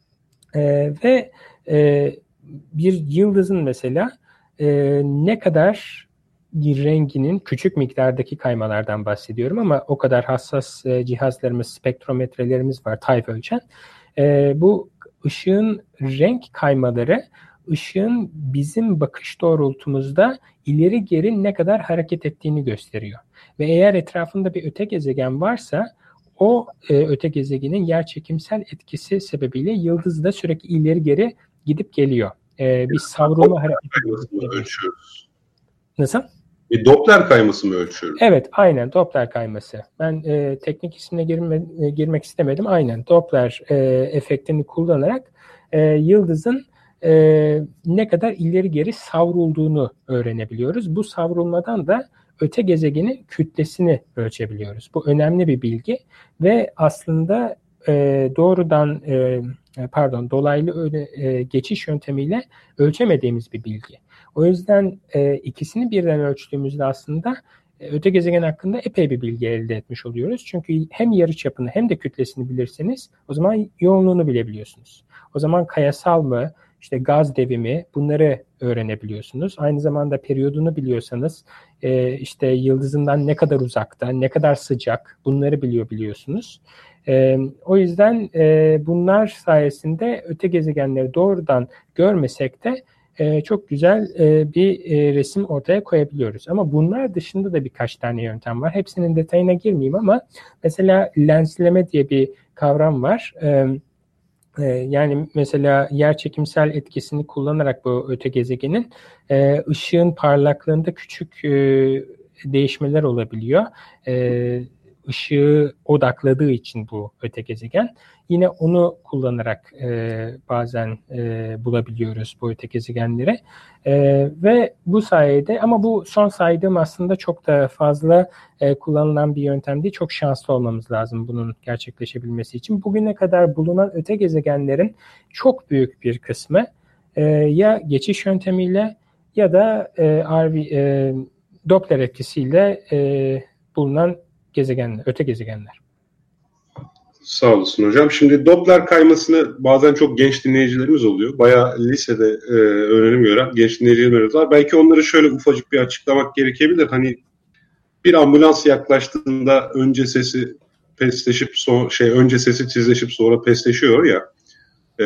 E, ve e, bir yıldızın mesela e, ne kadar renginin küçük miktardaki kaymalardan bahsediyorum ama o kadar hassas e, cihazlarımız, spektrometrelerimiz var, tayf ölçen. E, bu ışığın renk kaymaları ışığın bizim bakış doğrultumuzda ileri geri ne kadar hareket ettiğini gösteriyor. Ve eğer etrafında bir öte gezegen varsa o e, öte gezegenin yerçekimsel etkisi sebebiyle yıldız da sürekli ileri geri gidip geliyor. E, bir savrulma hareketi ölçüyoruz. Nasıl? Bir Doppler kayması mı ölçüyoruz? Evet, aynen Doppler kayması. Ben e, teknik ismine girme, e, girmek istemedim. Aynen Doppler e, efektini kullanarak e, yıldızın e, ne kadar ileri geri savrulduğunu öğrenebiliyoruz. Bu savrulmadan da öte gezegenin kütlesini ölçebiliyoruz. Bu önemli bir bilgi ve aslında e, doğrudan e, pardon dolaylı öyle, e, geçiş yöntemiyle ölçemediğimiz bir bilgi. O yüzden e, ikisini birden ölçtüğümüzde aslında e, öte gezegen hakkında epey bir bilgi elde etmiş oluyoruz. Çünkü hem yarıçapını hem de kütlesini bilirseniz o zaman yoğunluğunu bilebiliyorsunuz. O zaman kayasal mı, işte gaz devi mi, bunları öğrenebiliyorsunuz. Aynı zamanda periyodunu biliyorsanız e, işte yıldızından ne kadar uzakta, ne kadar sıcak, bunları biliyor biliyorsunuz. E, o yüzden e, bunlar sayesinde öte gezegenleri doğrudan görmesek de e, çok güzel e, bir e, resim ortaya koyabiliyoruz. Ama bunlar dışında da birkaç tane yöntem var. Hepsinin detayına girmeyeyim ama mesela lensleme diye bir kavram var. E, e, yani mesela yerçekimsel etkisini kullanarak bu öte gezegenin e, ışığın parlaklığında küçük e, değişmeler olabiliyor. E, ışığı odakladığı için bu öte gezegen. Yine onu kullanarak e, bazen e, bulabiliyoruz bu öte gezegenleri. E, ve bu sayede, ama bu son saydığım aslında çok da fazla e, kullanılan bir yöntem değil. Çok şanslı olmamız lazım bunun gerçekleşebilmesi için. Bugüne kadar bulunan öte gezegenlerin çok büyük bir kısmı e, ya geçiş yöntemiyle ya da e, R V, e, Doppler etkisiyle e, bulunan gezegenler, öte gezegenler. Sağ olasın hocam. Şimdi Doppler kaymasını bazen çok genç dinleyicilerimiz oluyor. Bayağı lisede e, öğrenim gören genç dinleyicilerimiz var. Belki onları şöyle ufacık bir açıklamak gerekebilir. Hani bir ambulans yaklaştığında önce sesi pesleşip so şey önce sesi tizleşip sonra pesleşiyor ya. E,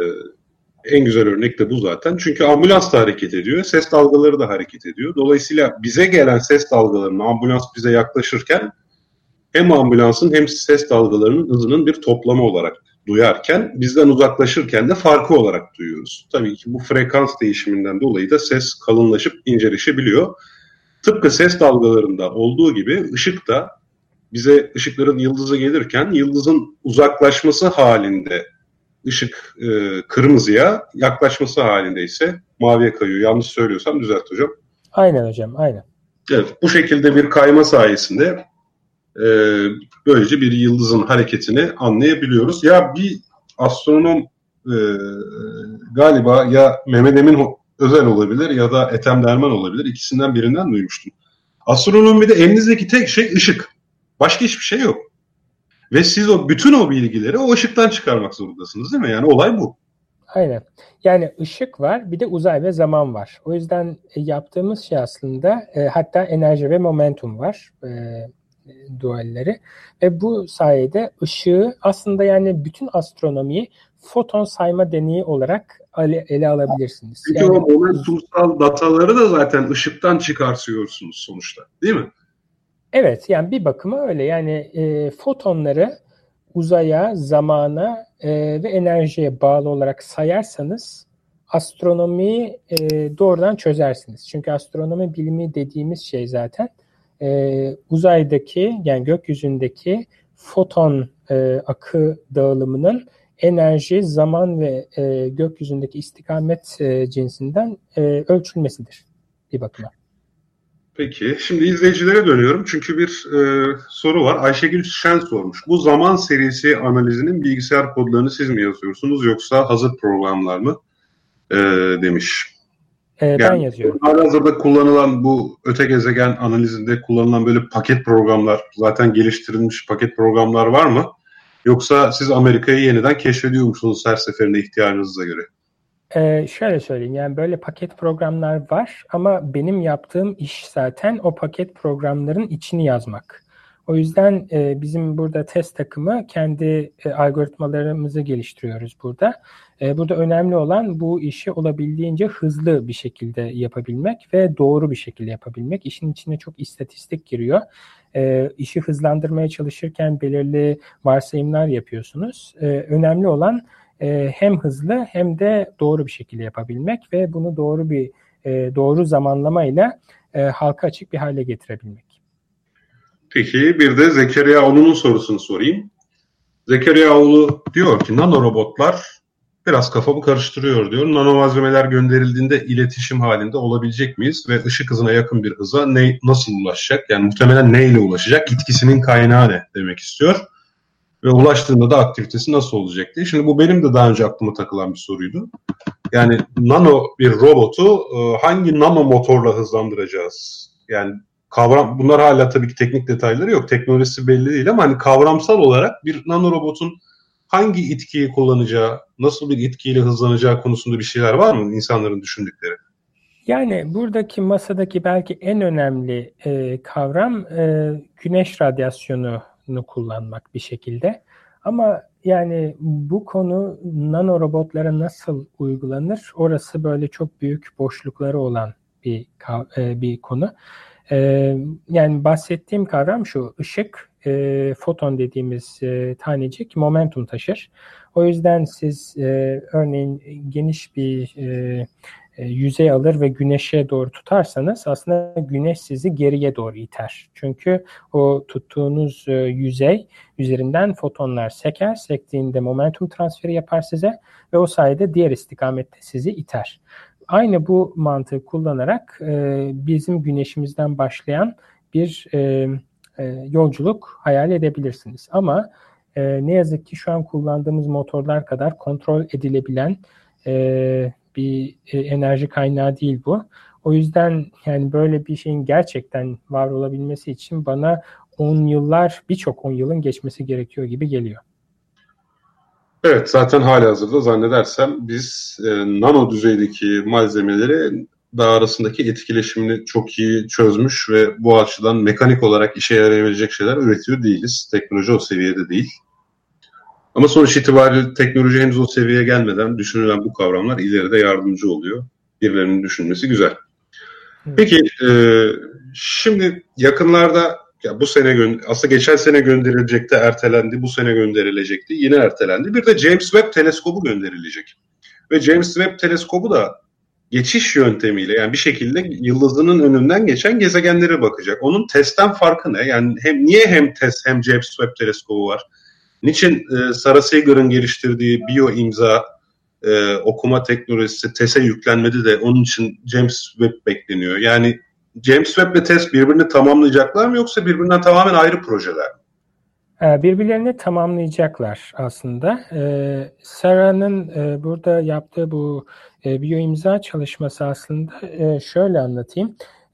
en güzel örnek de bu zaten. Çünkü ambulans da hareket ediyor. Ses dalgaları da hareket ediyor. Dolayısıyla bize gelen ses dalgalarının ambulans bize yaklaşırken hem ambulansın hem ses dalgalarının hızının bir toplamı olarak duyarken bizden uzaklaşırken de farkı olarak duyuyoruz. Tabii ki bu frekans değişiminden dolayı da ses kalınlaşıp inceleşebiliyor. Tıpkı ses dalgalarında olduğu gibi ışık da bize ışıkların yıldıza gelirken yıldızın uzaklaşması halinde ışık e, kırmızıya, yaklaşması halinde ise maviye kayıyor. Yanlış söylüyorsam düzelt hocam. Aynen hocam, aynen. Evet, bu şekilde bir kayma sayesinde Ee, böylece bir yıldızın hareketini anlayabiliyoruz. Ya bir astronom e, galiba ya Mehmet Emin Özel olabilir ya da Ethem Derman olabilir. İkisinden birinden duymuştum. Astronomide elinizdeki tek şey ışık. Başka hiçbir şey yok. Ve siz o bütün o bilgileri o ışıktan çıkarmak zorundasınız değil mi? Yani olay bu. Aynen. Yani ışık var, bir de uzay ve zaman var. O yüzden yaptığımız şey aslında e, hatta enerji ve momentum var. E, dualleri. Ve bu sayede ışığı aslında yani bütün astronomiyi foton sayma deneyi olarak ele, ele alabilirsiniz. Çünkü yani, o momentumsal dataları da zaten ışıktan çıkartıyorsunuz sonuçta, değil mi? Evet, yani bir bakıma öyle. Yani e, fotonları uzaya, zamana e, ve enerjiye bağlı olarak sayarsanız astronomiyi e, doğrudan çözersiniz. Çünkü astronomi bilimi dediğimiz şey zaten e, uzaydaki yani gökyüzündeki foton e, akı dağılımının enerji, zaman ve e, gökyüzündeki istikamet e, cinsinden e, ölçülmesidir bir bakıma. Peki, şimdi izleyicilere dönüyorum. Çünkü bir e, soru var. Ayşegül Şen sormuş. Bu zaman serisi analizinin bilgisayar kodlarını siz mi yazıyorsunuz yoksa hazır programlar mı? E, demiş. E, yani, ben yazıyorum. Halihazırda kullanılan bu öte gezegen analizinde kullanılan böyle paket programlar, zaten geliştirilmiş paket programlar var mı? Yoksa siz Amerika'yı yeniden keşfediyor musunuz her seferinde ihtiyacınıza göre? Ee, şöyle söyleyeyim, yani böyle paket programlar var ama benim yaptığım iş zaten o paket programların içini yazmak. O yüzden e, bizim burada test takımı kendi e, algoritmalarımızı geliştiriyoruz burada. E, burada önemli olan bu işi olabildiğince hızlı bir şekilde yapabilmek ve doğru bir şekilde yapabilmek. İşin içine çok istatistik giriyor. E, işi hızlandırmaya çalışırken belirli varsayımlar yapıyorsunuz. E, önemli olan hem hızlı hem de doğru bir şekilde yapabilmek ve bunu doğru bir doğru zamanlamayla halka açık bir hale getirebilmek. Peki bir de Zekeriyaoğlu'nun sorusunu sorayım. Zekeriyaoğlu diyor ki nanorobotlar biraz kafamı karıştırıyor diyor. Nano malzemeler gönderildiğinde iletişim halinde olabilecek miyiz ve ışık hızına yakın bir hıza ne, nasıl ulaşacak? Yani muhtemelen neyle ulaşacak? İtkisinin kaynağı ne demek istiyor. Ve ulaştığında da aktivitesi nasıl olacak diye. Şimdi bu benim de daha önce aklıma takılan bir soruydu. Yani nano bir robotu hangi nano motorla hızlandıracağız? Yani kavram, bunlar hala tabii ki teknik detayları yok. Teknolojisi belli değil ama hani kavramsal olarak bir nano robotun hangi itkiyi kullanacağı, nasıl bir itkiyle hızlanacağı konusunda bir şeyler var mı insanların düşündükleri? Yani buradaki masadaki belki en önemli e, kavram e, güneş radyasyonunu kullanmak bir şekilde. Ama yani bu konu nano robotlara nasıl uygulanır? Orası böyle çok büyük boşlukları olan bir e, bir konu. E, yani bahsettiğim kavram şu: ışık, e, foton dediğimiz e, tanecik momentum taşır. O yüzden siz e, örneğin geniş bir e, yüzey alır ve güneşe doğru tutarsanız aslında güneş sizi geriye doğru iter. Çünkü o tuttuğunuz yüzey üzerinden fotonlar seker. Sektiğinde momentum transferi yapar size ve o sayede diğer istikamette sizi iter. Aynı bu mantığı kullanarak bizim güneşimizden başlayan bir yolculuk hayal edebilirsiniz. Ama ne yazık ki şu an kullandığımız motorlar kadar kontrol edilebilen bir enerji kaynağı değil bu. O yüzden yani böyle bir şeyin gerçekten var olabilmesi için bana on yıllar, birçok on yılın geçmesi gerekiyor gibi geliyor. Evet, zaten halihazırda zannedersem biz e, nano düzeydeki malzemeleri daha arasındaki etkileşimini çok iyi çözmüş ve bu açıdan mekanik olarak işe yarayabilecek şeyler üretiyor değiliz. Teknoloji o seviyede değil. Ama sonuç itibariyle teknoloji henüz o seviyeye gelmeden düşünülen bu kavramlar ileride yardımcı oluyor. Birilerinin düşünmesi güzel. Peki e, şimdi yakınlarda ya bu sene gö- aslında geçen sene gönderilecekti, ertelendi, bu sene gönderilecekti, yine ertelendi. Bir de James Webb teleskobu gönderilecek. Ve James Webb teleskobu da geçiş yöntemiyle yani bir şekilde yıldızının önünden geçen gezegenlere bakacak. Onun testten farkı ne? Yani hem niye hem test hem James Webb teleskobu var? Niçin e, Sarah Sager'ın geliştirdiği biyo imza e, okuma teknolojisi TES'e yüklenmedi de onun için James Webb bekleniyor? Yani James Webb ile TES birbirini tamamlayacaklar mı yoksa birbirinden tamamen ayrı projeler mi? Birbirlerini tamamlayacaklar aslında. Sarah'nın burada yaptığı bu biyoimza çalışması aslında şöyle anlatayım.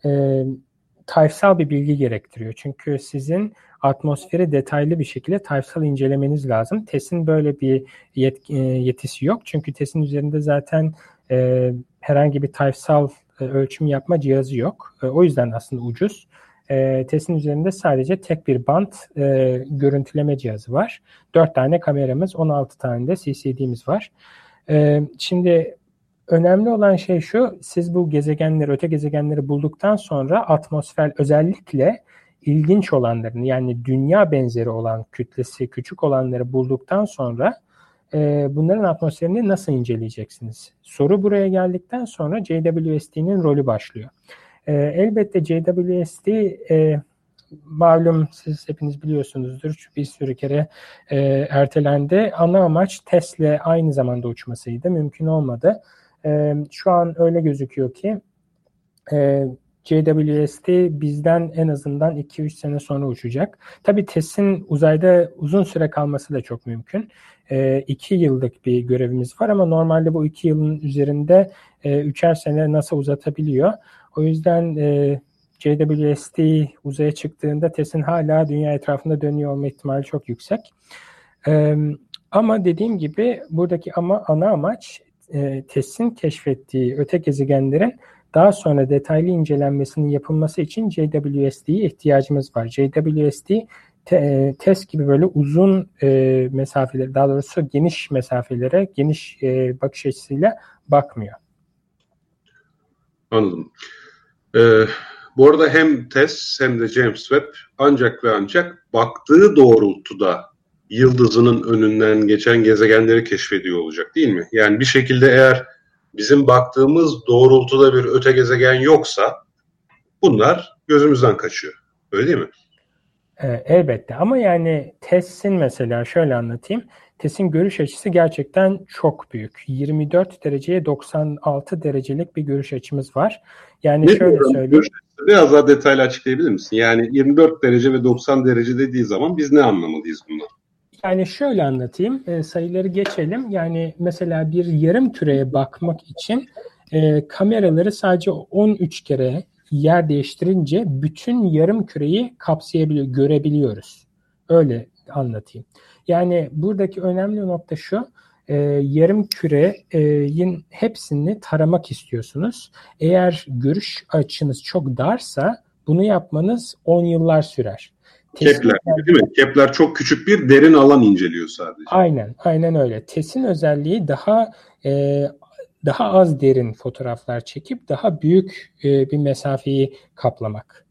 Tayfsal bir bilgi gerektiriyor. Çünkü sizin atmosferi detaylı bir şekilde tayfsal incelemeniz lazım. TES'in böyle bir yet- yetisi yok. Çünkü TES'in üzerinde zaten herhangi bir tayfsal ölçüm yapma cihazı yok. O yüzden aslında ucuz. E, TES'in üzerinde sadece tek bir bant e, görüntüleme cihazı var. dört tane kameramız, on altı tane de C C D'miz var. E, şimdi önemli olan şey şu, siz bu gezegenleri, öte gezegenleri bulduktan sonra atmosfer özellikle ilginç olanlarını, yani dünya benzeri olan, kütlesi küçük olanları bulduktan sonra e, bunların atmosferini nasıl inceleyeceksiniz? Soru buraya geldikten sonra J W S T'nin rolü başlıyor. E, elbette J W S T e, malum, siz hepiniz biliyorsunuzdur, bir sürü kere e, ertelendi. Ana amaç TES'le aynı zamanda uçmasıydı. Mümkün olmadı. E, şu an öyle gözüküyor ki e, J W S T bizden en azından iki üç sene sonra uçacak. Tabii TES'in uzayda uzun süre kalması da çok mümkün. E, iki yıllık bir görevimiz var ama normalde bu iki yılın üzerinde e, üçer sene NASA uzatabiliyor. O yüzden e, J W S T uzaya çıktığında TES'in hala dünya etrafında dönüyor olma ihtimali çok yüksek. E, ama dediğim gibi buradaki ama ana amaç e, TES'in keşfettiği öte gezegenlerin daha sonra detaylı incelenmesinin yapılması için J W S T'ye ihtiyacımız var. J W S T te, TES gibi böyle uzun e, mesafeleri, daha doğrusu geniş mesafelere, geniş e, bakış açısıyla bakmıyor. Anladım. Ee, bu arada hem TESS hem de James Webb ancak ve ancak baktığı doğrultuda yıldızının önünden geçen gezegenleri keşfediyor olacak, değil mi? Yani bir şekilde eğer bizim baktığımız doğrultuda bir öte gezegen yoksa bunlar gözümüzden kaçıyor. Öyle değil mi? E, elbette ama yani TES'in mesela şöyle anlatayım. TES'in görüş açısı gerçekten çok büyük. yirmi dört dereceye doksan altı derecelik bir görüş açımız var. Yani ne şöyle söyleyeyim. Biraz daha detaylı açıklayabilir misin? Yani yirmi dört derece ve doksan derece dediği zaman biz ne anlamalıyız bundan? Yani şöyle anlatayım. E, sayıları geçelim. Yani mesela bir yarım küreye bakmak için e, kameraları sadece on üç kere yer değiştirince bütün yarım küreyi kapsayabiliyor, görebiliyoruz. Öyle anlatayım. Yani buradaki önemli nokta şu, e, yarım kürenin hepsini taramak istiyorsunuz. Eğer görüş açınız çok darsa bunu yapmanız on yıllar sürer. Kepler gibi değil mi? Kepler çok küçük bir derin alan inceliyor sadece. Aynen, aynen öyle. TES'in özelliği daha e, daha az derin fotoğraflar çekip daha büyük e, bir mesafeyi kaplamak.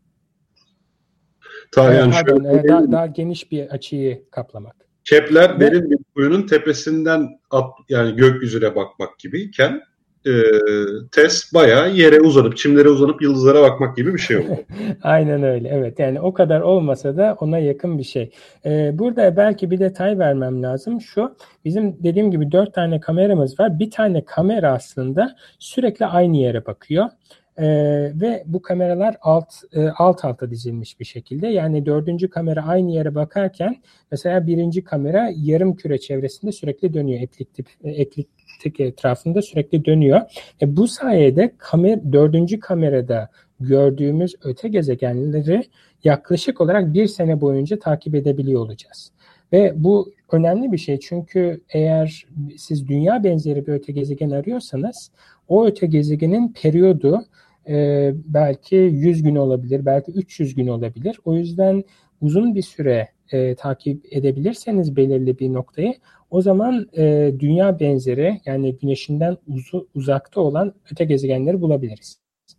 Ta, yani e, pardon, şöyle, e, daha, daha geniş bir açıyı kaplamak. Kepler derin bir kuyunun tepesinden at, yani gökyüzüne bakmak gibiyken e, TESS bayağı yere uzanıp, çimlere uzanıp yıldızlara bakmak gibi bir şey oldu. Aynen öyle. Evet, yani o kadar olmasa da ona yakın bir şey. Ee, burada belki bir detay vermem lazım. Şu, bizim dediğim gibi dört tane kameramız var. Bir tane kamera aslında sürekli aynı yere bakıyor. Ee, ve bu kameralar alt e, alt alta dizilmiş bir şekilde. Yani dördüncü kamera aynı yere bakarken mesela birinci kamera yarım küre çevresinde sürekli dönüyor. Ekliptik, ekliptik etrafında sürekli dönüyor. E, bu sayede kamer, dördüncü kamerada gördüğümüz öte gezegenleri yaklaşık olarak bir sene boyunca takip edebiliyor olacağız. Ve bu önemli bir şey, çünkü eğer siz dünya benzeri bir öte gezegen arıyorsanız o öte gezegenin periyodu e, belki yüz gün olabilir, belki üç yüz gün olabilir. O yüzden uzun bir süre e, takip edebilirseniz belirli bir noktayı, o zaman e, dünya benzeri, yani güneşinden uzu, uzakta olan öte gezegenleri bulabiliriz.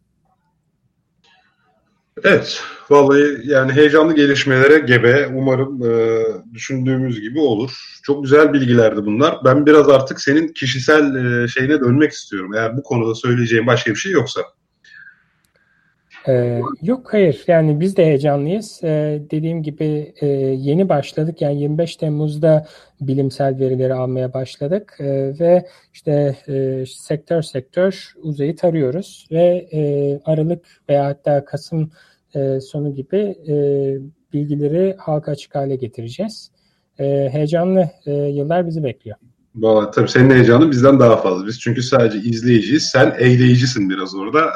Evet, vallahi yani heyecanlı gelişmelere gebe. Umarım e, düşündüğümüz gibi olur. Çok güzel bilgilerdi bunlar. Ben biraz artık senin kişisel e, şeyine dönmek istiyorum. Eğer bu konuda söyleyeceğim başka bir şey yoksa. Ee, yok, hayır, yani biz de heyecanlıyız. Ee, dediğim gibi e, yeni başladık, yani yirmi beş Temmuz'da bilimsel verileri almaya başladık ee, ve işte e, sektör sektör uzayı tarıyoruz ve e, Aralık veya hatta Kasım e, sonu gibi e, bilgileri halka açık hale getireceğiz. E, heyecanlı e, yıllar bizi bekliyor. Vallahi tabii senin heyecanın bizden daha fazla. Biz çünkü sadece izleyiciyiz. Sen eyleyicisin biraz orada.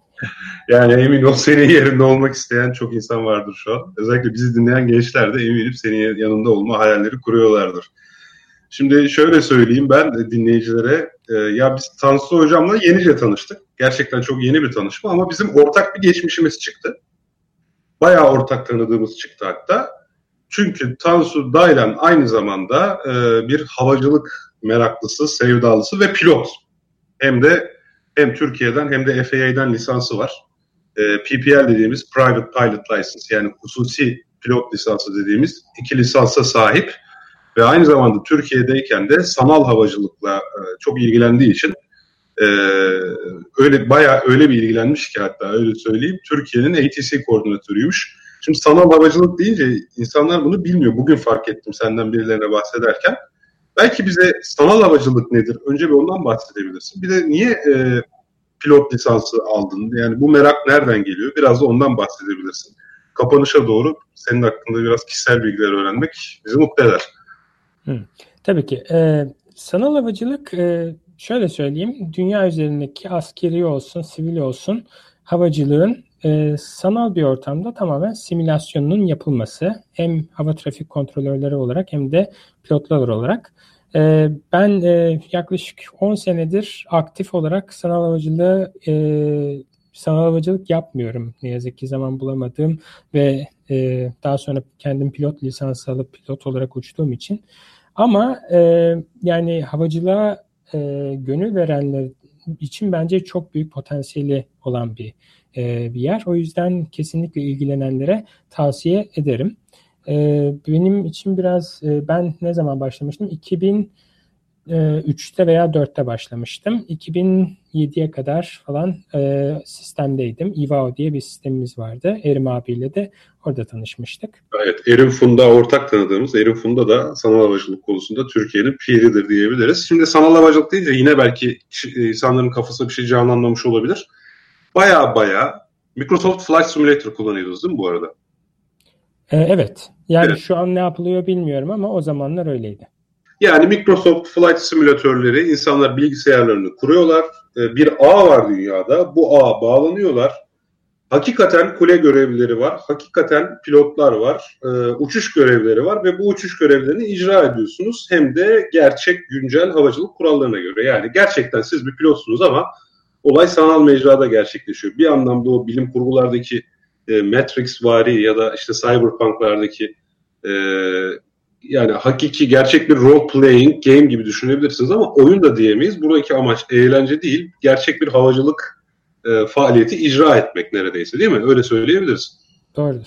Yani emin ol senin yerinde olmak isteyen çok insan vardır şu an. Özellikle bizi dinleyen gençler de eminim senin yanında olma hayalleri kuruyorlardır. Şimdi şöyle söyleyeyim ben de dinleyicilere. E, ya biz Tansu Hocam'la yenice tanıştık. Gerçekten çok yeni bir tanışma ama bizim ortak bir geçmişimiz çıktı. Bayağı ortak tanıdığımız çıktı hatta. Çünkü Tansu Daylan aynı zamanda e, bir havacılık meraklısı, sevdalısı ve pilot. Hem de hem Türkiye'den hem de F A A'den lisansı var. E, P P L dediğimiz Private Pilot License, yani hususi pilot lisansı dediğimiz iki lisansa sahip ve aynı zamanda Türkiye'deyken de sanal havacılıkla e, çok ilgilendiği için e, öyle bayağı öyle bir ilgilenmiş ki, hatta öyle söyleyeyim, Türkiye'nin A T C koordinatörüymüş. Şimdi sanal havacılık deyince insanlar bunu bilmiyor. Bugün fark ettim senden birilerine bahsederken. Belki bize sanal havacılık nedir? Önce bir ondan bahsedebilirsin. Bir de niye e, pilot lisansı aldın? Yani bu merak nereden geliyor? Biraz da ondan bahsedebilirsin. Kapanışa doğru senin hakkında biraz kişisel bilgiler öğrenmek bizi mutlu eder. Hı, tabii ki. E, sanal havacılık, e, şöyle söyleyeyim, dünya üzerindeki askeri olsun, sivil olsun havacılığın e, sanal bir ortamda tamamen simülasyonunun yapılması. Hem hava trafik kontrolörleri olarak hem de pilotlar olarak. E, ben e, yaklaşık on senedir aktif olarak sanal havacılığı e, sanal havacılık yapmıyorum. Ne yazık ki zaman bulamadığım ve e, daha sonra kendim pilot lisansı alıp pilot olarak uçtuğum için. Ama e, yani havacılığa e, gönül verenler için bence çok büyük potansiyeli olan bir e, bir yer. O yüzden kesinlikle ilgilenenlere tavsiye ederim. E, benim için biraz e, ben ne zaman başlamıştım? iki bin üçte veya dörtte başlamıştım. iki bin yediye kadar falan e, sistemdeydim. Ivao diye bir sistemimiz vardı. Erim abiyle de orada tanışmıştık. Evet, Erim Funda ortak tanıdığımız. Erim Funda da sanal havacılık konusunda Türkiye'nin piridir diyebiliriz. Şimdi sanal havacılık deyince yine belki insanların kafasında bir şey canlanmamış olabilir. Baya baya Microsoft Flight Simulator kullanıyoruz değil mi bu arada? E, evet. Yani evet. Şu an ne yapılıyor bilmiyorum ama o zamanlar öyleydi. Yani Microsoft Flight Simülatörleri, insanlar bilgisayarlarını kuruyorlar. Bir ağ var dünyada. Bu ağa bağlanıyorlar. Hakikaten kule görevlileri var. Hakikaten pilotlar var. Uçuş görevlileri var ve bu uçuş görevlerini icra ediyorsunuz. Hem de gerçek güncel havacılık kurallarına göre. Yani gerçekten siz bir pilotsunuz ama olay sanal mecrada gerçekleşiyor. Bir anlamda o bilim kurgulardaki Matrix-vari ya da işte Cyberpunk'lardaki yani hakiki gerçek bir role playing game gibi düşünebilirsiniz ama oyun da diyemeyiz. Buradaki amaç eğlence değil, gerçek bir havacılık e, faaliyeti icra etmek neredeyse, değil mi? Öyle söyleyebiliriz. Doğrudur.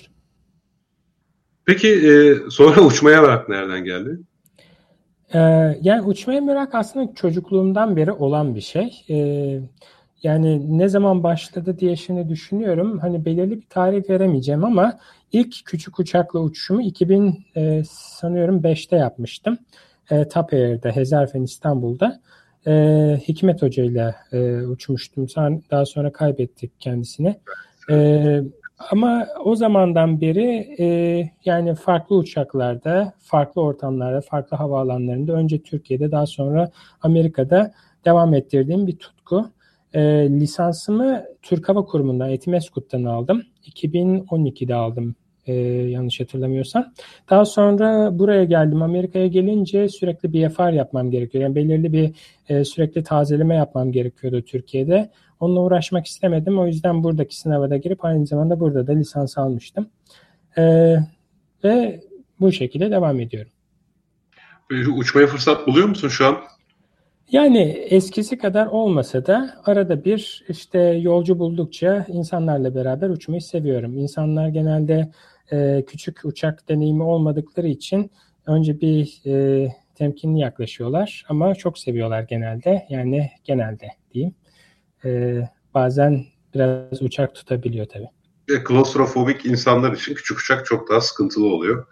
Peki e, sonra uçmaya merak nereden geldi? Ee, yani uçmaya merak aslında çocukluğumdan beri olan bir şey. Ee, yani ne zaman başladı diye şimdi düşünüyorum. Hani belirli bir tarih veremeyeceğim ama ilk küçük uçakla uçuşumu iki bin e, sanıyorum beşte yapmıştım. E, TAP Air'de, Hezarfen İstanbul'da. E, Hikmet Hoca ile e, uçmuştum. Daha sonra kaybettik kendisini. E, ama o zamandan beri e, yani farklı uçaklarda, farklı ortamlarda, farklı havaalanlarında, önce Türkiye'de daha sonra Amerika'da devam ettirdiğim bir tutku. E, lisansımı Türk Hava Kurumu'ndan, Etimeskut'tan aldım. iki bin on ikide aldım e, yanlış hatırlamıyorsam. Daha sonra buraya geldim. Amerika'ya gelince sürekli B F R yapmam gerekiyor. Yani belirli bir e, sürekli tazeleme yapmam gerekiyordu Türkiye'de. Onunla uğraşmak istemedim. O yüzden buradaki sınava da girip aynı zamanda burada da lisans almıştım. E, ve bu şekilde devam ediyorum. Uçmaya fırsat buluyor musun şu an? Yani eskisi kadar olmasa da arada bir işte yolcu buldukça insanlarla beraber uçmayı seviyorum. İnsanlar genelde e, küçük uçak deneyimi olmadıkları için önce bir e, temkinli yaklaşıyorlar ama çok seviyorlar genelde. Yani genelde diyeyim. E, bazen biraz uçak tutabiliyor tabii. E, klostrofobik insanlar için küçük uçak çok daha sıkıntılı oluyor.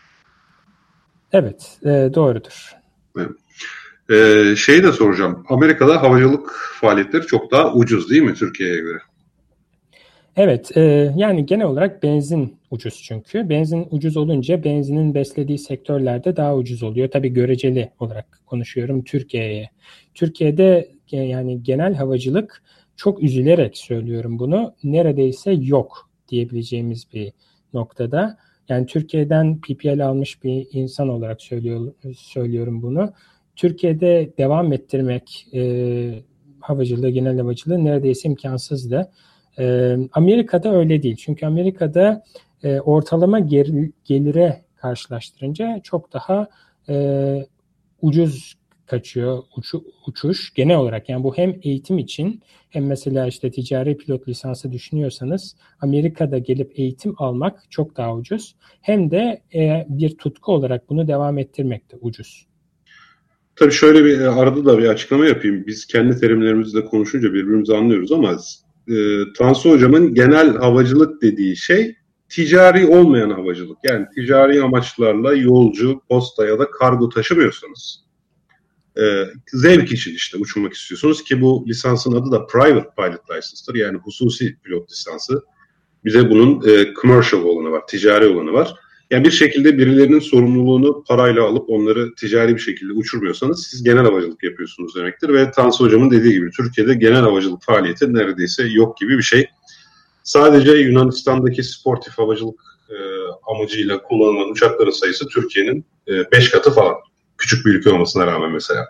Evet, e, doğrudur. Evet. Ee, şeyi de soracağım. Amerika'da havacılık faaliyetleri çok daha ucuz değil mi Türkiye'ye göre? Evet, e, yani genel olarak benzin ucuz çünkü. Benzin ucuz olunca benzinin beslediği sektörlerde daha ucuz oluyor. Tabii göreceli olarak konuşuyorum Türkiye'ye. Türkiye'de e, yani genel havacılık, çok üzülerek söylüyorum bunu, neredeyse yok diyebileceğimiz bir noktada. Yani Türkiye'den P P L almış bir insan olarak söylüyor, söylüyorum bunu. Türkiye'de devam ettirmek e, havacılığı, genel havacılığı neredeyse imkansızdı. E, Amerika'da öyle değil. Çünkü Amerika'da e, ortalama ger, gelire karşılaştırınca çok daha e, ucuz kaçıyor uçu, uçuş genel olarak. Yani bu hem eğitim için, hem mesela işte ticari pilot lisansı düşünüyorsanız Amerika'da gelip eğitim almak çok daha ucuz. Hem de e, bir tutku olarak bunu devam ettirmek de ucuz. Tabii şöyle bir arada da bir açıklama yapayım. Biz kendi terimlerimizle konuşunca birbirimizi anlıyoruz ama e, Tansu Hocam'ın genel havacılık dediği şey ticari olmayan havacılık. Yani ticari amaçlarla yolcu, posta ya da kargo taşımıyorsanız e, zevk için işte uçurmak istiyorsunuz ki bu lisansın adı da Private Pilot License'dır. Yani hususi pilot lisansı. Bize bunun e, commercial olanı var, ticari olanı var. Yani bir şekilde birilerinin sorumluluğunu parayla alıp onları ticari bir şekilde uçurmuyorsanız siz genel havacılık yapıyorsunuz demektir. Ve Tansu Hocam'ın dediği gibi Türkiye'de genel havacılık faaliyeti neredeyse yok gibi bir şey. Sadece Yunanistan'daki sportif havacılık e, amacıyla kullanılan uçakların sayısı Türkiye'nin e, beş katı falan. Küçük bir ülke olmasına rağmen mesela.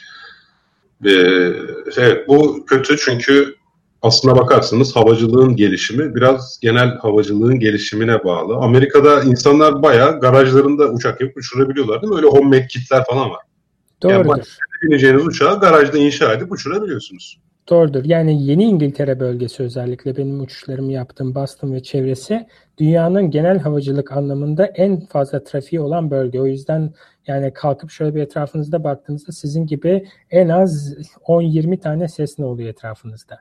E, evet, bu kötü çünkü aslına bakarsanız havacılığın gelişimi biraz genel havacılığın gelişimine bağlı. Amerika'da insanlar bayağı garajlarında uçak yapıp uçurabiliyorlar değil mi? Öyle homemade kitler falan var. Yani Doğrudur. bineceğiniz uçağı garajda inşa edip uçurabiliyorsunuz. Doğrudur. Yani Yeni İngiltere bölgesi, özellikle benim uçuşlarımı yaptığım Boston ve çevresi, dünyanın genel havacılık anlamında en fazla trafiği olan bölge. O yüzden yani kalkıp şöyle bir etrafınızda baktığınızda sizin gibi en az on yirmi tane Cessna oluyor etrafınızda.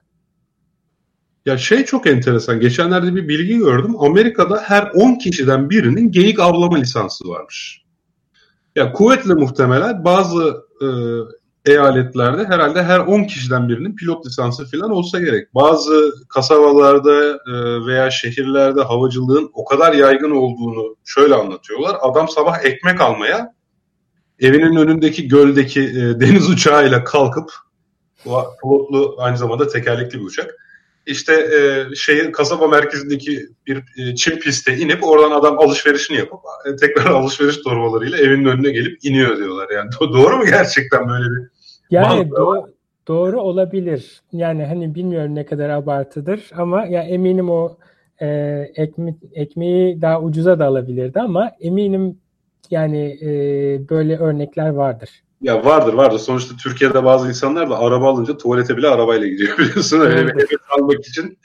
Ya şey çok enteresan. Geçenlerde bir bilgi gördüm. Amerika'da her on kişiden birinin geyik avlama lisansı varmış. Ya kuvvetle muhtemelen bazı e, eyaletlerde herhalde her on kişiden birinin pilot lisansı falan olsa gerek. Bazı kasabalarda e, veya şehirlerde havacılığın o kadar yaygın olduğunu şöyle anlatıyorlar. Adam sabah ekmek almaya evinin önündeki göldeki e, deniz uçağıyla kalkıp, pilotlu aynı zamanda tekerlekli bir uçak, İşte e, şehir kasaba merkezindeki bir e, çim piste inip oradan adam alışverişini yapıp e, tekrar alışveriş torbalarıyla evinin önüne gelip iniyor diyorlar. Yani do- doğru mu gerçekten böyle bir Yani mantığı var? do- doğru olabilir. Yani hani bilmiyorum ne kadar abartıdır ama ya eminim o e, ekme- ekmeği daha ucuza da alabilirdi ama eminim yani e, böyle örnekler vardır. Ya vardır vardır. Sonuçta Türkiye'de bazı insanlar da araba alınca tuvalete bile arabayla gidiyor biliyorsun. Öyle bir Doğrudur. heves almak için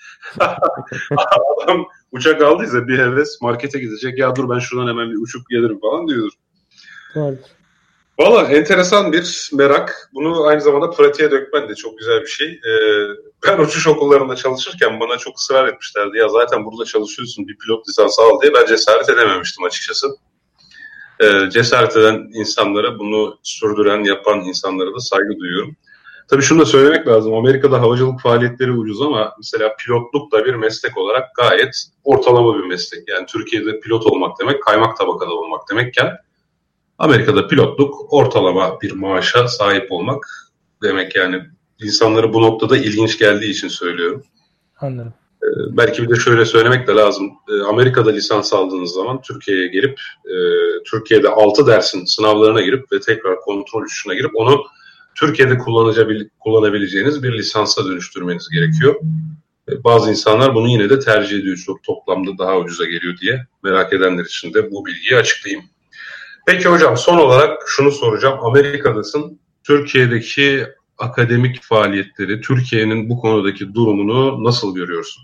adam uçak aldıysa bir heves markete gidecek. Ya dur ben şuradan hemen bir uçup gelirim falan diyordur. Doğrudur. Valla enteresan bir merak. Bunu aynı zamanda pratiğe dökmen de çok güzel bir şey. Ee, ben uçuş okullarında çalışırken bana çok ısrar etmişlerdi. Ya zaten burada çalışıyorsun, bir pilot lisansı al diye. Ben cesaret edememiştim açıkçası. Ee, cesaret eden insanlara, bunu sürdüren, yapan insanlara da saygı duyuyorum. Tabii şunu da söylemek lazım. Amerika'da havacılık faaliyetleri ucuz ama mesela pilotluk da bir meslek olarak gayet ortalama bir meslek. Yani Türkiye'de pilot olmak demek kaymak tabakada olmak demekken, Amerika'da pilotluk ortalama bir maaşa sahip olmak demek. Yani insanları bu noktada ilginç geldiği için söylüyorum. Anladım. Ee, belki bir de şöyle söylemek de lazım. Ee, Amerika'da lisans aldığınız zaman Türkiye'ye gelip e, Türkiye'de altı dersin sınavlarına girip ve tekrar kontrol uçuşuna girip onu Türkiye'de kullanabileceğiniz bir lisansa dönüştürmeniz gerekiyor. Ee, bazı insanlar bunu yine de tercih ediyor. Çok toplamda daha ucuza geliyor diye, merak edenler için de bu bilgiyi açıklayayım. Peki hocam, son olarak şunu soracağım. Amerika'dasın. Türkiye'deki akademik faaliyetleri, Türkiye'nin bu konudaki durumunu nasıl görüyorsun?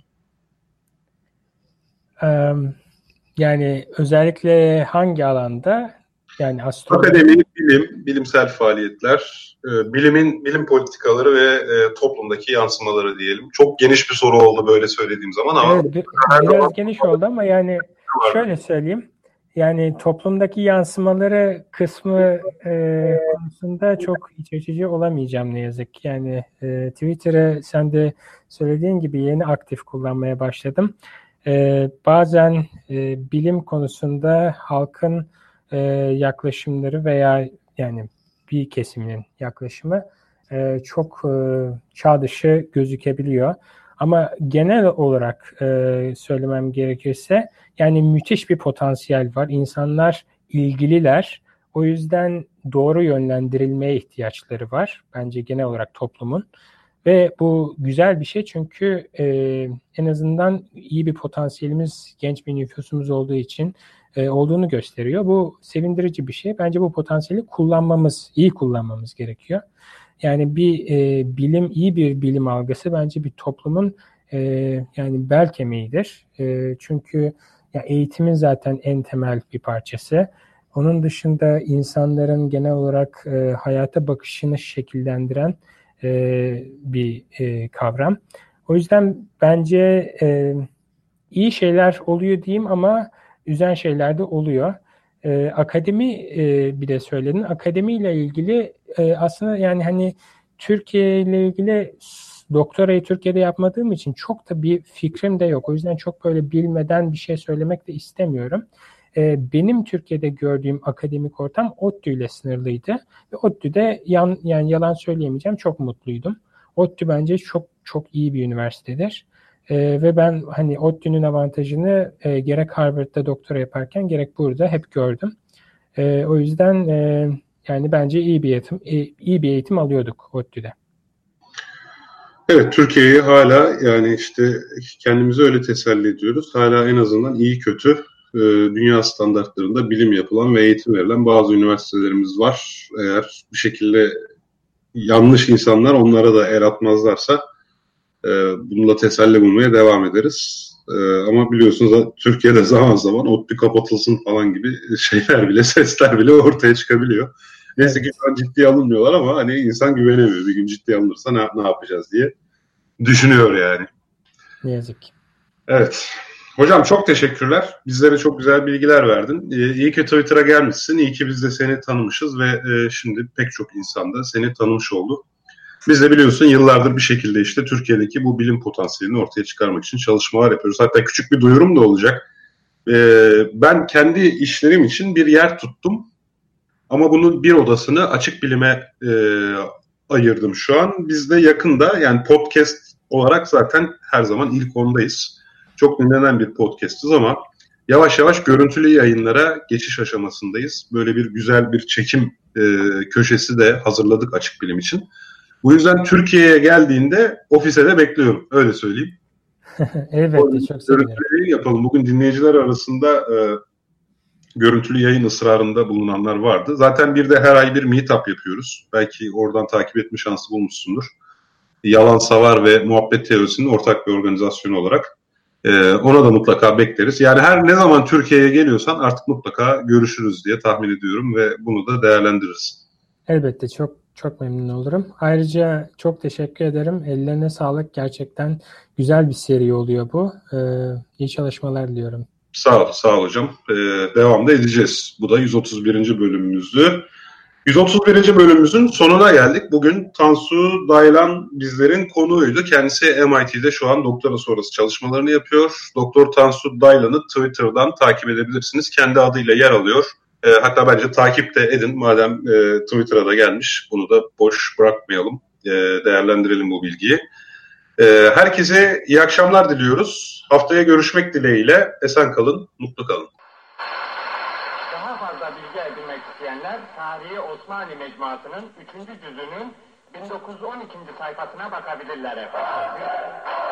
Ee, yani özellikle hangi alanda? Yani astronomi. Akademi, bilim, bilimsel faaliyetler, e, bilimin bilim politikaları ve e, toplumdaki yansımaları diyelim. Çok geniş bir soru oldu böyle söylediğim zaman ama Evet, bir, biraz geniş oldu ama yani şöyle söyleyeyim. Yani toplumdaki yansımaları kısmı e, konusunda çok iç açıcı olamayacağım ne yazık ki. Yani e, Twitter'ı sen de söylediğin gibi yeni aktif kullanmaya başladım. E, bazen e, bilim konusunda halkın e, yaklaşımları veya yani bir kesiminin yaklaşımı e, çok e, çağ dışı gözükebiliyor. Ama genel olarak e, söylemem gerekirse yani müthiş bir potansiyel var. İnsanlar ilgililer. O yüzden doğru yönlendirilmeye ihtiyaçları var. Bence genel olarak toplumun. Ve bu güzel bir şey çünkü e, en azından iyi bir potansiyelimiz, genç bir nüfusumuz olduğu için e, olduğunu gösteriyor. Bu sevindirici bir şey. Bence bu potansiyeli kullanmamız, iyi kullanmamız gerekiyor. Yani bir e, bilim, iyi bir bilim algısı bence bir toplumun e, yani bel kemiğidir. E, çünkü ya eğitimin zaten en temel bir parçası. Onun dışında insanların genel olarak e, hayata bakışını şekillendiren e, bir e, kavram. O yüzden bence e, iyi şeyler oluyor diyeyim ama üzen şeyler de oluyor. E, akademi e, bir de söyledin. Akademiyle ilgili e, aslında yani hani Türkiye ile ilgili doktorayı Türkiye'de yapmadığım için çok da bir fikrim de yok. O yüzden çok böyle bilmeden bir şey söylemek de istemiyorum. E, benim Türkiye'de gördüğüm akademik ortam ODTÜ ile sınırlıydı. Ve ODTÜ'de yan, yani yalan söyleyemeyeceğim çok mutluydum. ODTÜ bence çok çok iyi bir üniversitedir. E, ve ben hani ODTÜ'nün avantajını e, gerek Harvard'da doktora yaparken gerek burada hep gördüm. E, o yüzden e, yani bence iyi bir eğitim e, iyi bir eğitim alıyorduk ODTÜ'de. Evet, Türkiye'yi hala yani işte kendimizi öyle teselli ediyoruz. Hala en azından iyi kötü e, dünya standartlarında bilim yapılan ve eğitim verilen bazı üniversitelerimiz var. Eğer bir şekilde yanlış insanlar onlara da el atmazlarsa e, bununla teselli bulmaya devam ederiz. E, ama biliyorsunuz Türkiye'de zaman zaman ODTÜ kapatılsın falan gibi şeyler bile, sesler bile ortaya çıkabiliyor. Neyse ki şu an ciddiye alınmıyorlar ama hani insan güvenemiyor. Bir gün ciddiye alınırsa ne, ne yapacağız diye düşünüyor yani. Ne yazık ki. Evet. Hocam çok teşekkürler. Bizlere çok güzel bilgiler verdin. Ee, iyi ki Twitter'a gelmişsin. İyi ki biz de seni tanımışız ve e, şimdi pek çok insan da seni tanımış oldu. Biz de biliyorsun yıllardır bir şekilde işte Türkiye'deki bu bilim potansiyelini ortaya çıkarmak için çalışmalar yapıyoruz. Hatta küçük bir duyurum da olacak. Ee, ben kendi işlerim için bir yer tuttum. Ama bunun bir odasını açık bilime e, ayırdım şu an. Biz de yakında yani podcast olarak zaten her zaman ilk ondayız. Çok dinlenen bir podcast'ız ama yavaş yavaş görüntülü yayınlara geçiş aşamasındayız. Böyle bir güzel bir çekim e, köşesi de hazırladık açık bilim için. Bu yüzden Türkiye'ye geldiğinde ofise de bekliyorum. Öyle söyleyeyim. Elbette çok sevinirim. Görüntülü yayın yapalım. Bugün dinleyiciler arasında e, görüntülü yayın ısrarında bulunanlar vardı. Zaten bir de her ay bir meetup yapıyoruz. Belki oradan takip etme şansı bulmuşsundur. Yalan Savar ve Muhabbet Teorisi'nin ortak bir organizasyonu olarak. Ee, ona da mutlaka bekleriz. Yani her ne zaman Türkiye'ye geliyorsan artık mutlaka görüşürüz diye tahmin ediyorum ve bunu da değerlendiririz. Elbette çok çok memnun olurum. Ayrıca çok teşekkür ederim. Ellerine sağlık. Gerçekten güzel bir seri oluyor bu. Ee, iyi çalışmalar diliyorum. Sağ ol, sağ ol hocam. Ee, devam da edeceğiz. Bu da yüz otuz birinci bölümümüzdü. yüz otuz birinci bölümümüzün sonuna geldik. Bugün Tansu Daylan bizlerin konuğuydu. Kendisi M I T'de şu an doktora sonrası çalışmalarını yapıyor. Doktor Tansu Daylan'ı Twitter'dan takip edebilirsiniz. Kendi adıyla yer alıyor. E, hatta bence takip de edin. Madem e, Twitter'a da gelmiş. Bunu da boş bırakmayalım. E, değerlendirelim bu bilgiyi. E, herkese iyi akşamlar diliyoruz. Haftaya görüşmek dileğiyle. Esen kalın, mutlu kalın. Daha fazla bilgi edinmek isteyenler Tarihi Osmanlı Mecmuası'nın üçüncü cüzünün bin dokuz yüz on ikinci sayfasına bakabilirler efendim.